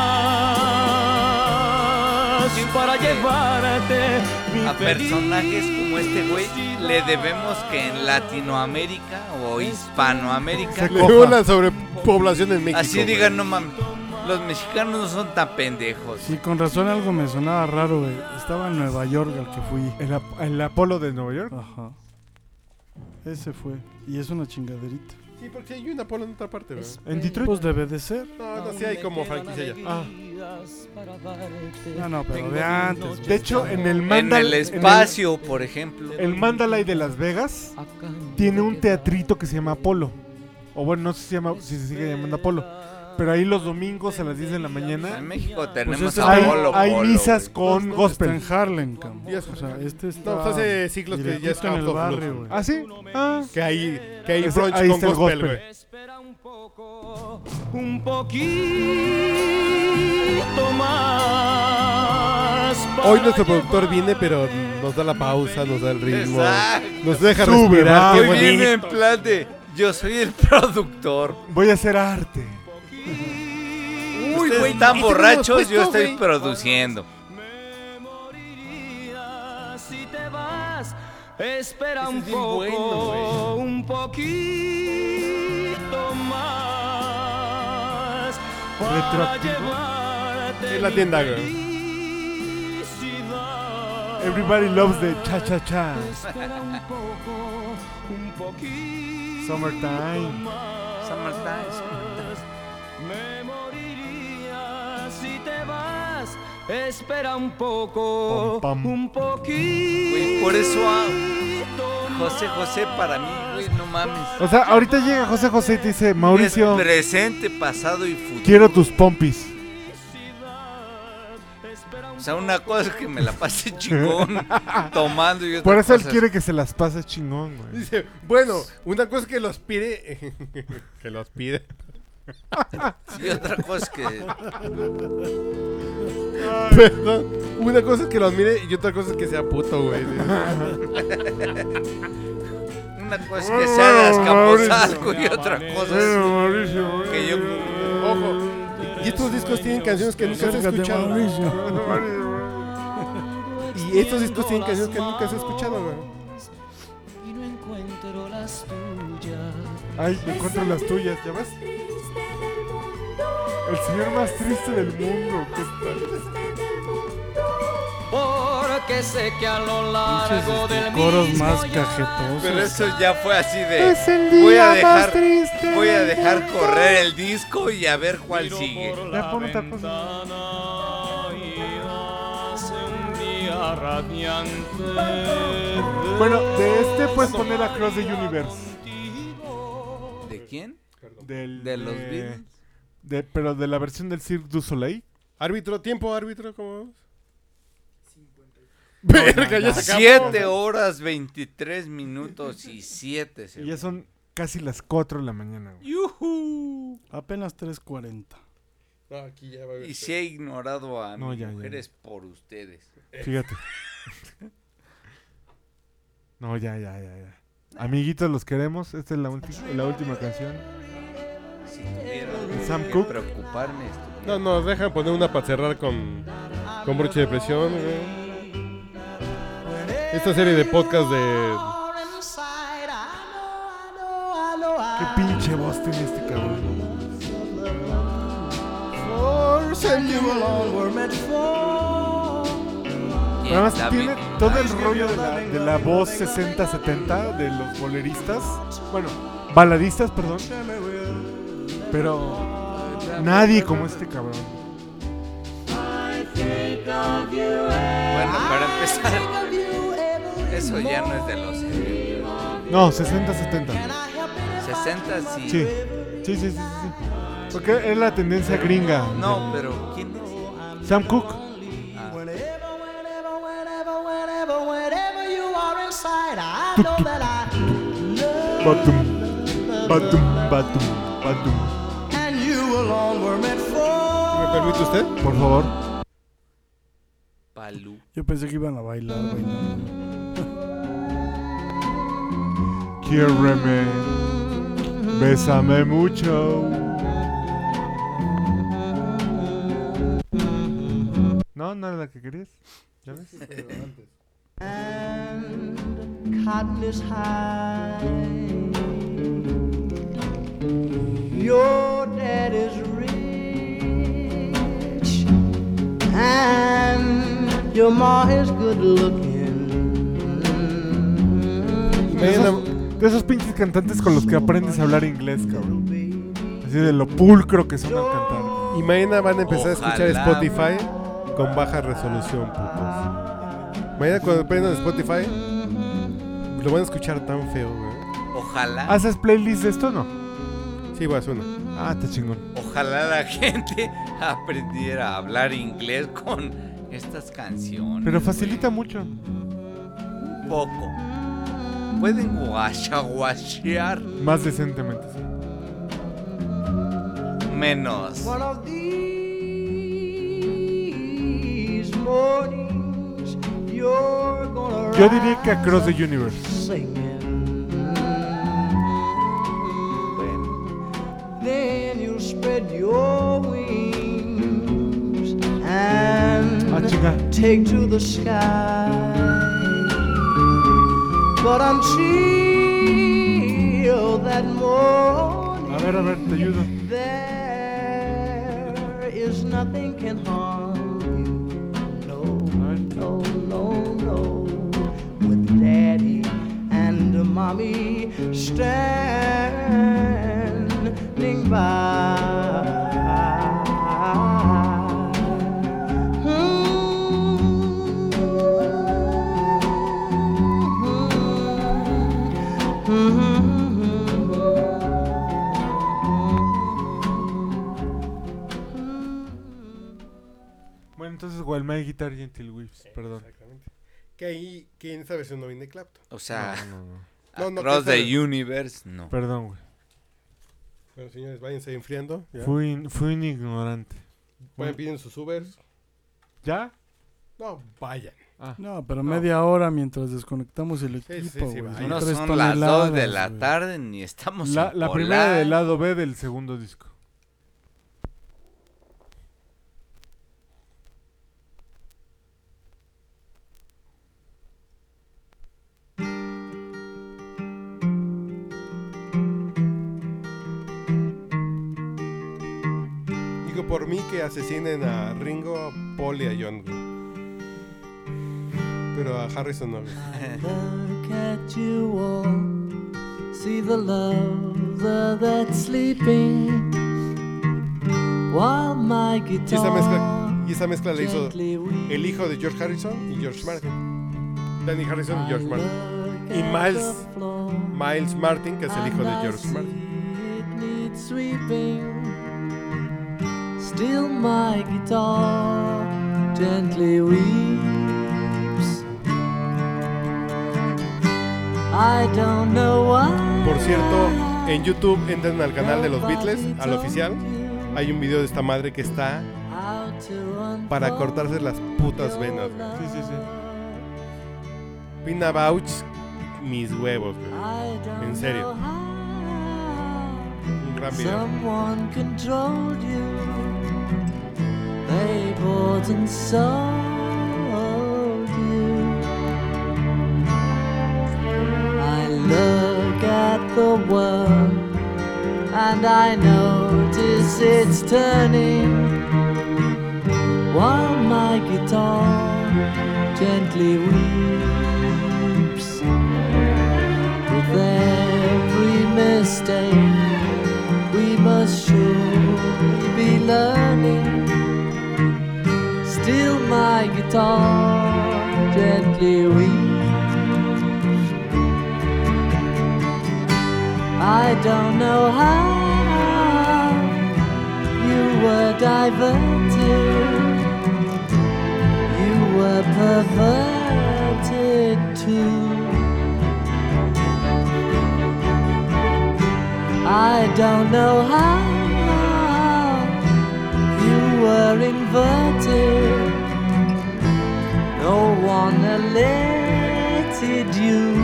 G: más para llevarte mi
C: A personajes como este güey le debemos que en Latinoamérica o Hispanoamérica,
B: Se
A: Le dio una sobrepoblación en México.
C: así
A: güey.
C: digan, no mames, los mexicanos no son tan pendejos.
D: Sí, con razón algo me sonaba raro, güey. Estaba en Nueva York al que fui.
B: El, Ap- el Apolo de Nueva York.
D: Ajá. Ese fue. Y es una chingaderita.
A: Sí, porque hay un Apolo en otra parte, güey.
B: En Detroit.
D: Pues debe de ser.
A: No, no, sí hay como franquicia ya.
B: Ah.
D: No, no, pero de antes.
B: De hecho, en el
C: En
B: Mandal-
C: el espacio, por ejemplo.
B: El, el Mandalay de Las Vegas tiene un teatrito que se llama Apolo. O bueno, no sé si se, llama, si se sigue llamando Apolo. Pero ahí los domingos a las diez de la mañana
C: En México tenemos
D: este
C: a
B: hay,
C: Polo
B: hay
C: Polo,
B: misas
C: güey.
B: con
D: Está
B: gospel.
D: en Harlem, cabrón.
A: Y eso.
D: O sea, este está.
A: No, pues hace siglos que ya
D: directito
A: está
D: en el
A: out of
D: barrio,
A: blues.
D: güey.
B: ¿Ah, sí? Ah.
A: Que hay, que hay
B: Ese-
A: brunch
B: ahí
A: con
B: está el
A: gospel,
B: gospel.
A: güey.
G: Espera un poco, un poquito más.
A: Hoy
G: para
A: nuestro productor
G: llevarte
A: viene, pero nos da la pausa, nos da el ritmo.
C: Exacto.
A: Nos deja
B: Sube,
A: respirar.
B: va.
A: Qué
C: Hoy
A: bonito.
C: viene en plan de yo soy el productor.
B: Voy a hacer arte.
C: Ustedes
A: güey,
C: están
A: ¿y qué tenemos
C: borrachos, yo
A: puesto,
C: estoy
A: güey?
C: produciendo.
G: Me moriría si te vas. Espera
A: Ese
G: un
A: es bien
G: poco,
A: bueno,
G: un poquito más para
B: Retroactivo.
G: llevarte
A: En la
G: mi
A: tienda, güey.
G: felicidad.
B: Everybody loves the cha cha cha.
G: Espera un poco, un poquito
B: Summertime.
G: más.
C: Summertime.
G: Me moriría si te vas. Espera un poco,
B: Pam, pam.
G: un poquito.
C: Güey, por eso ah, José José para mí, güey, no mames.
B: O sea, ahorita llega José José y te dice, Mauricio,
C: Es presente, pasado y futuro.
B: quiero tus pompis.
C: O sea, una cosa es que me la pase chingón tomando y otra
B: Por eso él
C: cosa es-
B: quiere que se las pase chingón, güey.
A: Dice, bueno, una cosa es que los pide. Que los pide.
C: Y otra cosa es que
A: Perdón. Una cosa es que los mire y otra cosa es que sea puto, güey.
C: una cosa es que se haga escaposalco y otra cosa es
B: Mauricio.
C: que yo
A: Ojo. Y estos discos tienen canciones que nunca has
D: Acércate,
A: escuchado.
D: Mauricio.
A: Y estos discos tienen canciones que nunca has escuchado, güey.
G: Y no encuentro las tuyas.
B: Ay, me encuentro las tuyas, ¿ya ves? El señor más triste del mundo. ¿Qué tal?
G: Porque sé que a lo largo
D: Pinches,
G: del
D: este, coros
G: mismo
D: más
G: yo
D: cajetosos.
C: Pero eso ya fue así de.
B: Es el día
C: Voy a
B: más
C: dejar,
B: triste
C: voy a
B: del
C: dejar
B: mundo.
C: correr el disco y a ver cuál sigue.
B: Ya pon otra cosa. Bueno, de este puedes poner Across the Universe.
C: ¿De quién?
B: Del,
C: ¿De los Beatles?
B: de- pero de la versión del Cirque du Soleil.
A: Árbitro, tiempo, árbitro, ¿cómo vamos? Verga, ya se acabó.
C: siete horas veintitrés minutos y siete
B: Y ya
C: segundos.
B: son casi las cuatro de la mañana, güey.
C: ¡Yujú!
D: Apenas tres cuarenta.
A: No, aquí ya va a haber-
C: Y se ha ignorado a
B: No,
C: mis
B: ya, ya,
C: mujeres por ustedes.
B: Fíjate. No, ya, ya, ya, ya. Amiguitos, los queremos. Esta es la, ulti- la última canción.
C: Si tuviera
B: Sam
C: que
B: Cooke.
C: preocuparme, estuviera-
A: No, nos dejan poner una para cerrar con, con broche de presión, güey. Esta serie de podcast de...
B: Qué pinche voz tiene este cabrón.
C: Y
B: Además
C: David-
B: tiene todo el rollo de la, de la voz sesenta setenta de los boleristas. Bueno, baladistas, perdón. Pero nadie como este cabrón.
C: Bueno, para empezar, eso ya no es de los setenta.
B: No, sesenta setenta.
C: sesenta sí.
B: Sí. Sí, sí, sí, sí. Porque es la tendencia gringa.
C: No, pero ¿quién es?
B: Sam Cooke. Batum, batum, batum, batum.
A: ¿Me permite usted?
B: Por favor.
C: Palú.
D: Yo pensé que iban a bailar, güey. no.
B: Quiéreme. Bésame mucho. No, no era la que querías. ¿Ya ves?
E: And cotton is high. Your dad is rich, and your ma is good looking.
B: De esos, de esos pinches cantantes con los que aprendes a hablar inglés, cabrón. Así de lo pulcro que son al cantar.
A: Y mañana van a empezar a escuchar
C: Ojalá.
A: Spotify con baja resolución, putos. Mañana cuando prendan Spotify, lo van a escuchar tan feo, güey.
C: Ojalá,
B: ¿Haces playlist de esto o no?
A: Sí, voy a hacer una.
B: Ah, está chingón.
C: ojalá la gente aprendiera a hablar inglés con estas canciones.
B: Pero facilita mucho.
C: Un poco. Pueden guachaguachear
B: Más decentemente, sí.
C: menos.
E: One of these mornings, you're gonna
B: Yo diría que Across the Universe.
E: singing. Then you'll spread your wings and
B: Ah, chinga.
E: take to the sky. But until that morning,
B: A ver, a ver, te ayudo.
E: there is nothing can harm you. No,
B: ver.
E: no, no, no. With daddy and mommy standing by.
B: Bueno, entonces, While My Guitar Gentle Weeps, perdón.
A: Exactamente. Que ahí, que en esta versión no viene Clapton.
C: O sea,
B: No, no, no.
A: No, no,
C: Across
A: que
C: the
A: esta-
C: Universe, no.
B: Perdón, güey.
A: Bueno, señores, váyanse enfriando. ¿ya?
B: Fui, fui un ignorante.
A: Vayan, piden sus Ubers.
B: ¿Ya?
A: No, vayan.
D: No, pero media hora mientras desconectamos el
A: sí,
D: equipo,
A: sí,
D: güey.
A: vaya.
C: No
D: Tres
C: son las dos de
D: toneladas,
C: la
D: güey.
C: tarde ni estamos
B: La,
C: en
B: la primera
C: Polanco.
B: del lado B del segundo disco.
A: por mí que asesinen a Ringo, a Paul y a John, güey. Pero a Harrison no, güey.
G: Look at you all, see the lover that's sleeping, while my
A: Y esa mezcla,
G: guitar
A: y esa mezcla la hizo
G: gently weeps.
A: el hijo de George Harrison y George Martin. Danny Harrison y George Martin.
G: Look
A: Y
G: at
A: Miles,
G: the floor,
A: Miles Martin, que es el hijo de
G: and I
A: George
G: see
A: Martin.
G: it needs sweeping. Still my guitar gently weeps. I don't know why.
A: Por cierto, en YouTube entren al canal de los Beatles, al oficial. Hay un video de esta madre que está para cortarse las putas venas, güey.
B: Sí, sí, sí.
A: Pina Bausch, mis huevos, güey. En serio. Un gran video.
G: Someone controlled you. They bought and sold you. I look at the world and I notice it's turning, while my guitar gently weeps. With every mistake we must surely be learning. Still my guitar gently weeps. I don't know how you were diverted, you were perverted too. I don't know how you were inverted, no one alerted you.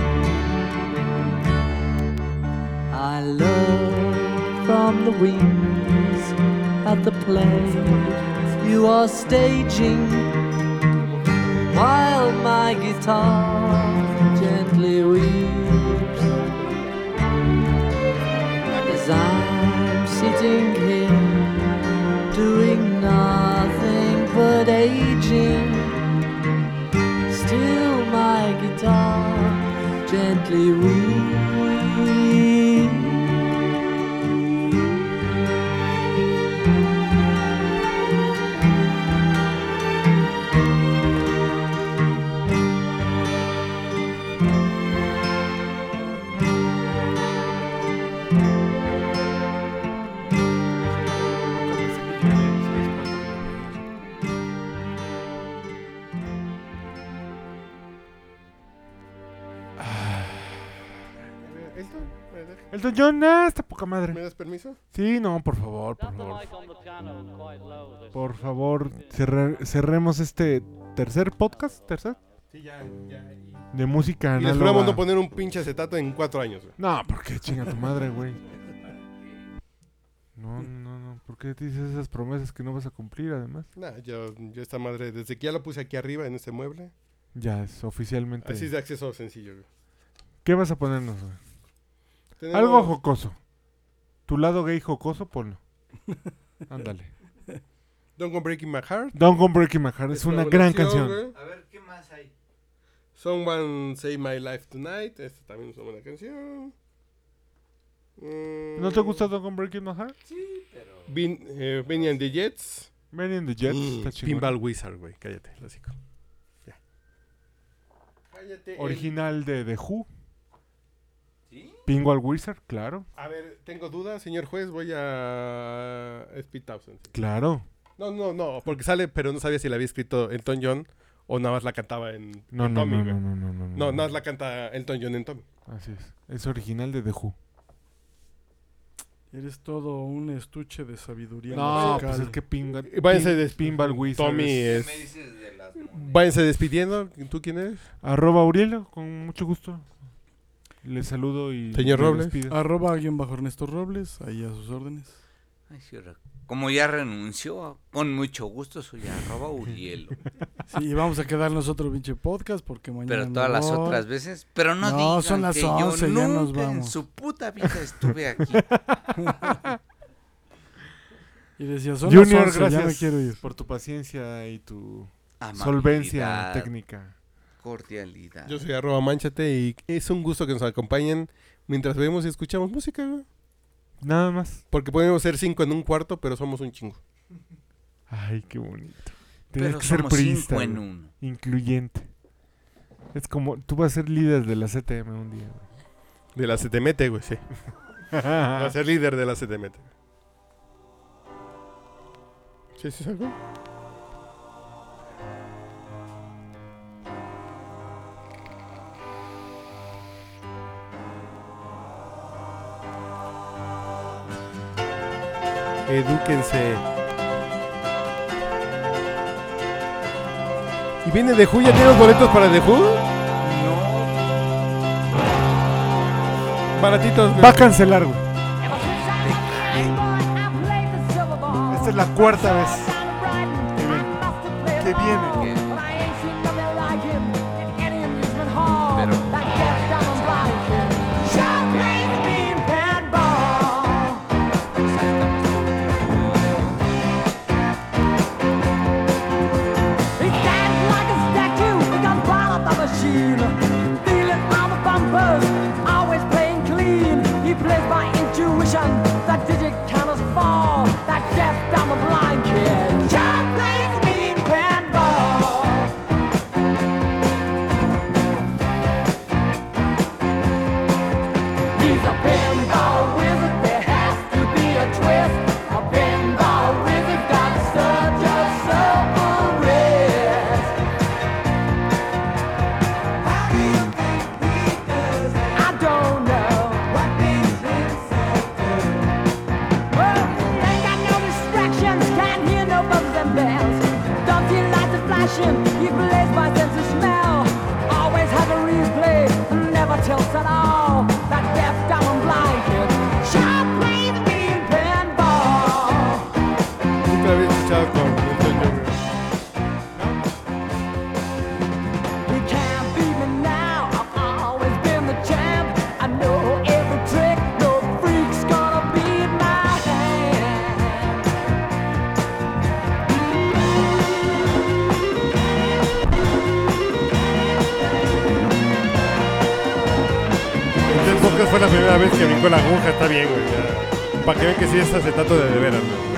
G: I look from the wings at the play you are staging, while my guitar gently weeps. As I'm sitting here doing nothing but aging, still my guitar gently weeps.
A: Elton, ¿me das-
B: Elton John, ah, está poca madre.
A: ¿me das permiso?
B: Sí, no, por favor, por favor. Por favor, cerrar- cerremos este tercer podcast, tercer,
A: Sí, ya, ya. Y,
B: de música
A: y les
B: análoga.
A: juramos no poner un pinche acetato en cuatro años, güey.
B: No, ¿por qué chinga tu madre, güey? No, no, no. ¿Por qué te dices esas promesas que no vas a cumplir, además?
A: Nah, yo, yo esta madre, desde que ya lo puse aquí arriba en este mueble,
B: Ya es oficialmente.
A: así es de acceso sencillo, güey.
B: ¿Qué vas a ponernos, güey?
A: Tenemos-
B: Algo jocoso. Tu lado gay jocoso, ponlo. Ándale.
A: Don't Go Breaking My Heart.
B: Don't Go Breaking My Heart es una gran
A: colaboración,
B: canción.
A: güey.
C: A ver, ¿qué más hay?
A: Someone Save My Life Tonight. Esta también es una buena canción. Mm,
B: ¿No te gusta Don't Go Breaking My Heart?
A: Vin, eh, Benny and the Jets.
B: Benny and the Jets,
A: Mm,
B: está chingón.
A: Pinball Wizard, güey. Cállate, el hocico. Ya. Cállate. el-
B: Original de The Who.
C: ¿Sí?
B: Pinball Wizard, claro.
A: A ver, tengo dudas, señor juez. Voy a. Speed Thousand.
B: Claro.
A: No, no, no. Porque sale, pero no sabía si la había escrito Elton John o nada más la cantaba en,
B: No,
A: en
B: no,
A: Tommy,
B: no,
A: güey.
B: no, no, no, no,
A: No,
B: no.
A: nada más la canta Elton John en Tommy.
B: Así es. Es original de The Who.
D: Eres todo un estuche de sabiduría
B: No,
D: musical.
B: pues es que pinga,
A: Y váyanse
B: pin-
A: de-
B: Pinball Wizard.
A: Tommy
B: es-
C: ¿Qué
A: es.
C: me dices de las monedas?
A: Váyanse despidiendo. ¿Tú quién eres?
B: Arroba Aurielo, con mucho gusto. Les saludo y...
A: Señor
B: me
A: Robles.
B: despido.
D: Arroba guión bajo Ernesto Robles, ahí a sus órdenes.
C: Ay, sí, re- Como ya renunció, con mucho gusto soy arroba Urielo.
D: Sí, y vamos a quedarnos otro pinche podcast porque mañana
C: Pero
D: me
C: todas las
D: voy.
C: otras veces. Pero no,
D: No,
C: digan
D: son las
C: que yo
D: once, ya nos
C: nunca en
D: vamos.
C: su puta vida estuve aquí.
D: Y decía, son las
B: Junior,
D: once, ya me
B: gracias
D: quiero ir.
B: por tu paciencia y tu
C: Amabilidad,
B: solvencia técnica.
C: cordialidad.
A: Yo soy arroba manchate y es un gusto que nos acompañen mientras vemos y escuchamos música, güey.
B: Nada más.
A: Porque podemos ser cinco en un cuarto, pero somos un chingo.
B: Ay, qué bonito. Tienes
C: Pero
B: que ser
C: somos
B: priista,
C: cinco en
B: güey.
C: uno.
B: Incluyente. Es como, tú vas a ser líder de la C T M un día, güey.
A: De la C T M T, güey, sí. Va a ser líder de la C T M T. ¿Sí, sí, algo? Edúquense. ¿Y viene The Who? ¿Ya tiene los boletos para The Who? Baratitos, güey.
B: Va a cancelar, güey. Esta es la cuarta vez que viene. Que viene.
C: Pero
H: that digit counters fall, that deaf, dumb, and blind kid. John plays mean pinball. He's a pinball wizard, there has to be a twist. A pinball wizard got such a silver wrist. How do you think he does it? I don't know. What makes him so good? Well, he ain't got no distractions, can't hear no buzzes and bells. Don't see lights are flashing, he plays by sense of smell. Always has a replay, never tilts at all. That deaf, dumb, and blind kid sure plays mean pinball.
A: Nunca lo había escuchado con Elton John, güey.
H: He can't beat me now, I've always been the champ. I know every trick, no freak's gonna beat my hand.
A: Entonces, podcast fue la primera vez que brincó la aguja, está bien, güey. ya. Para que vean que sí es acetato de de veras, güey.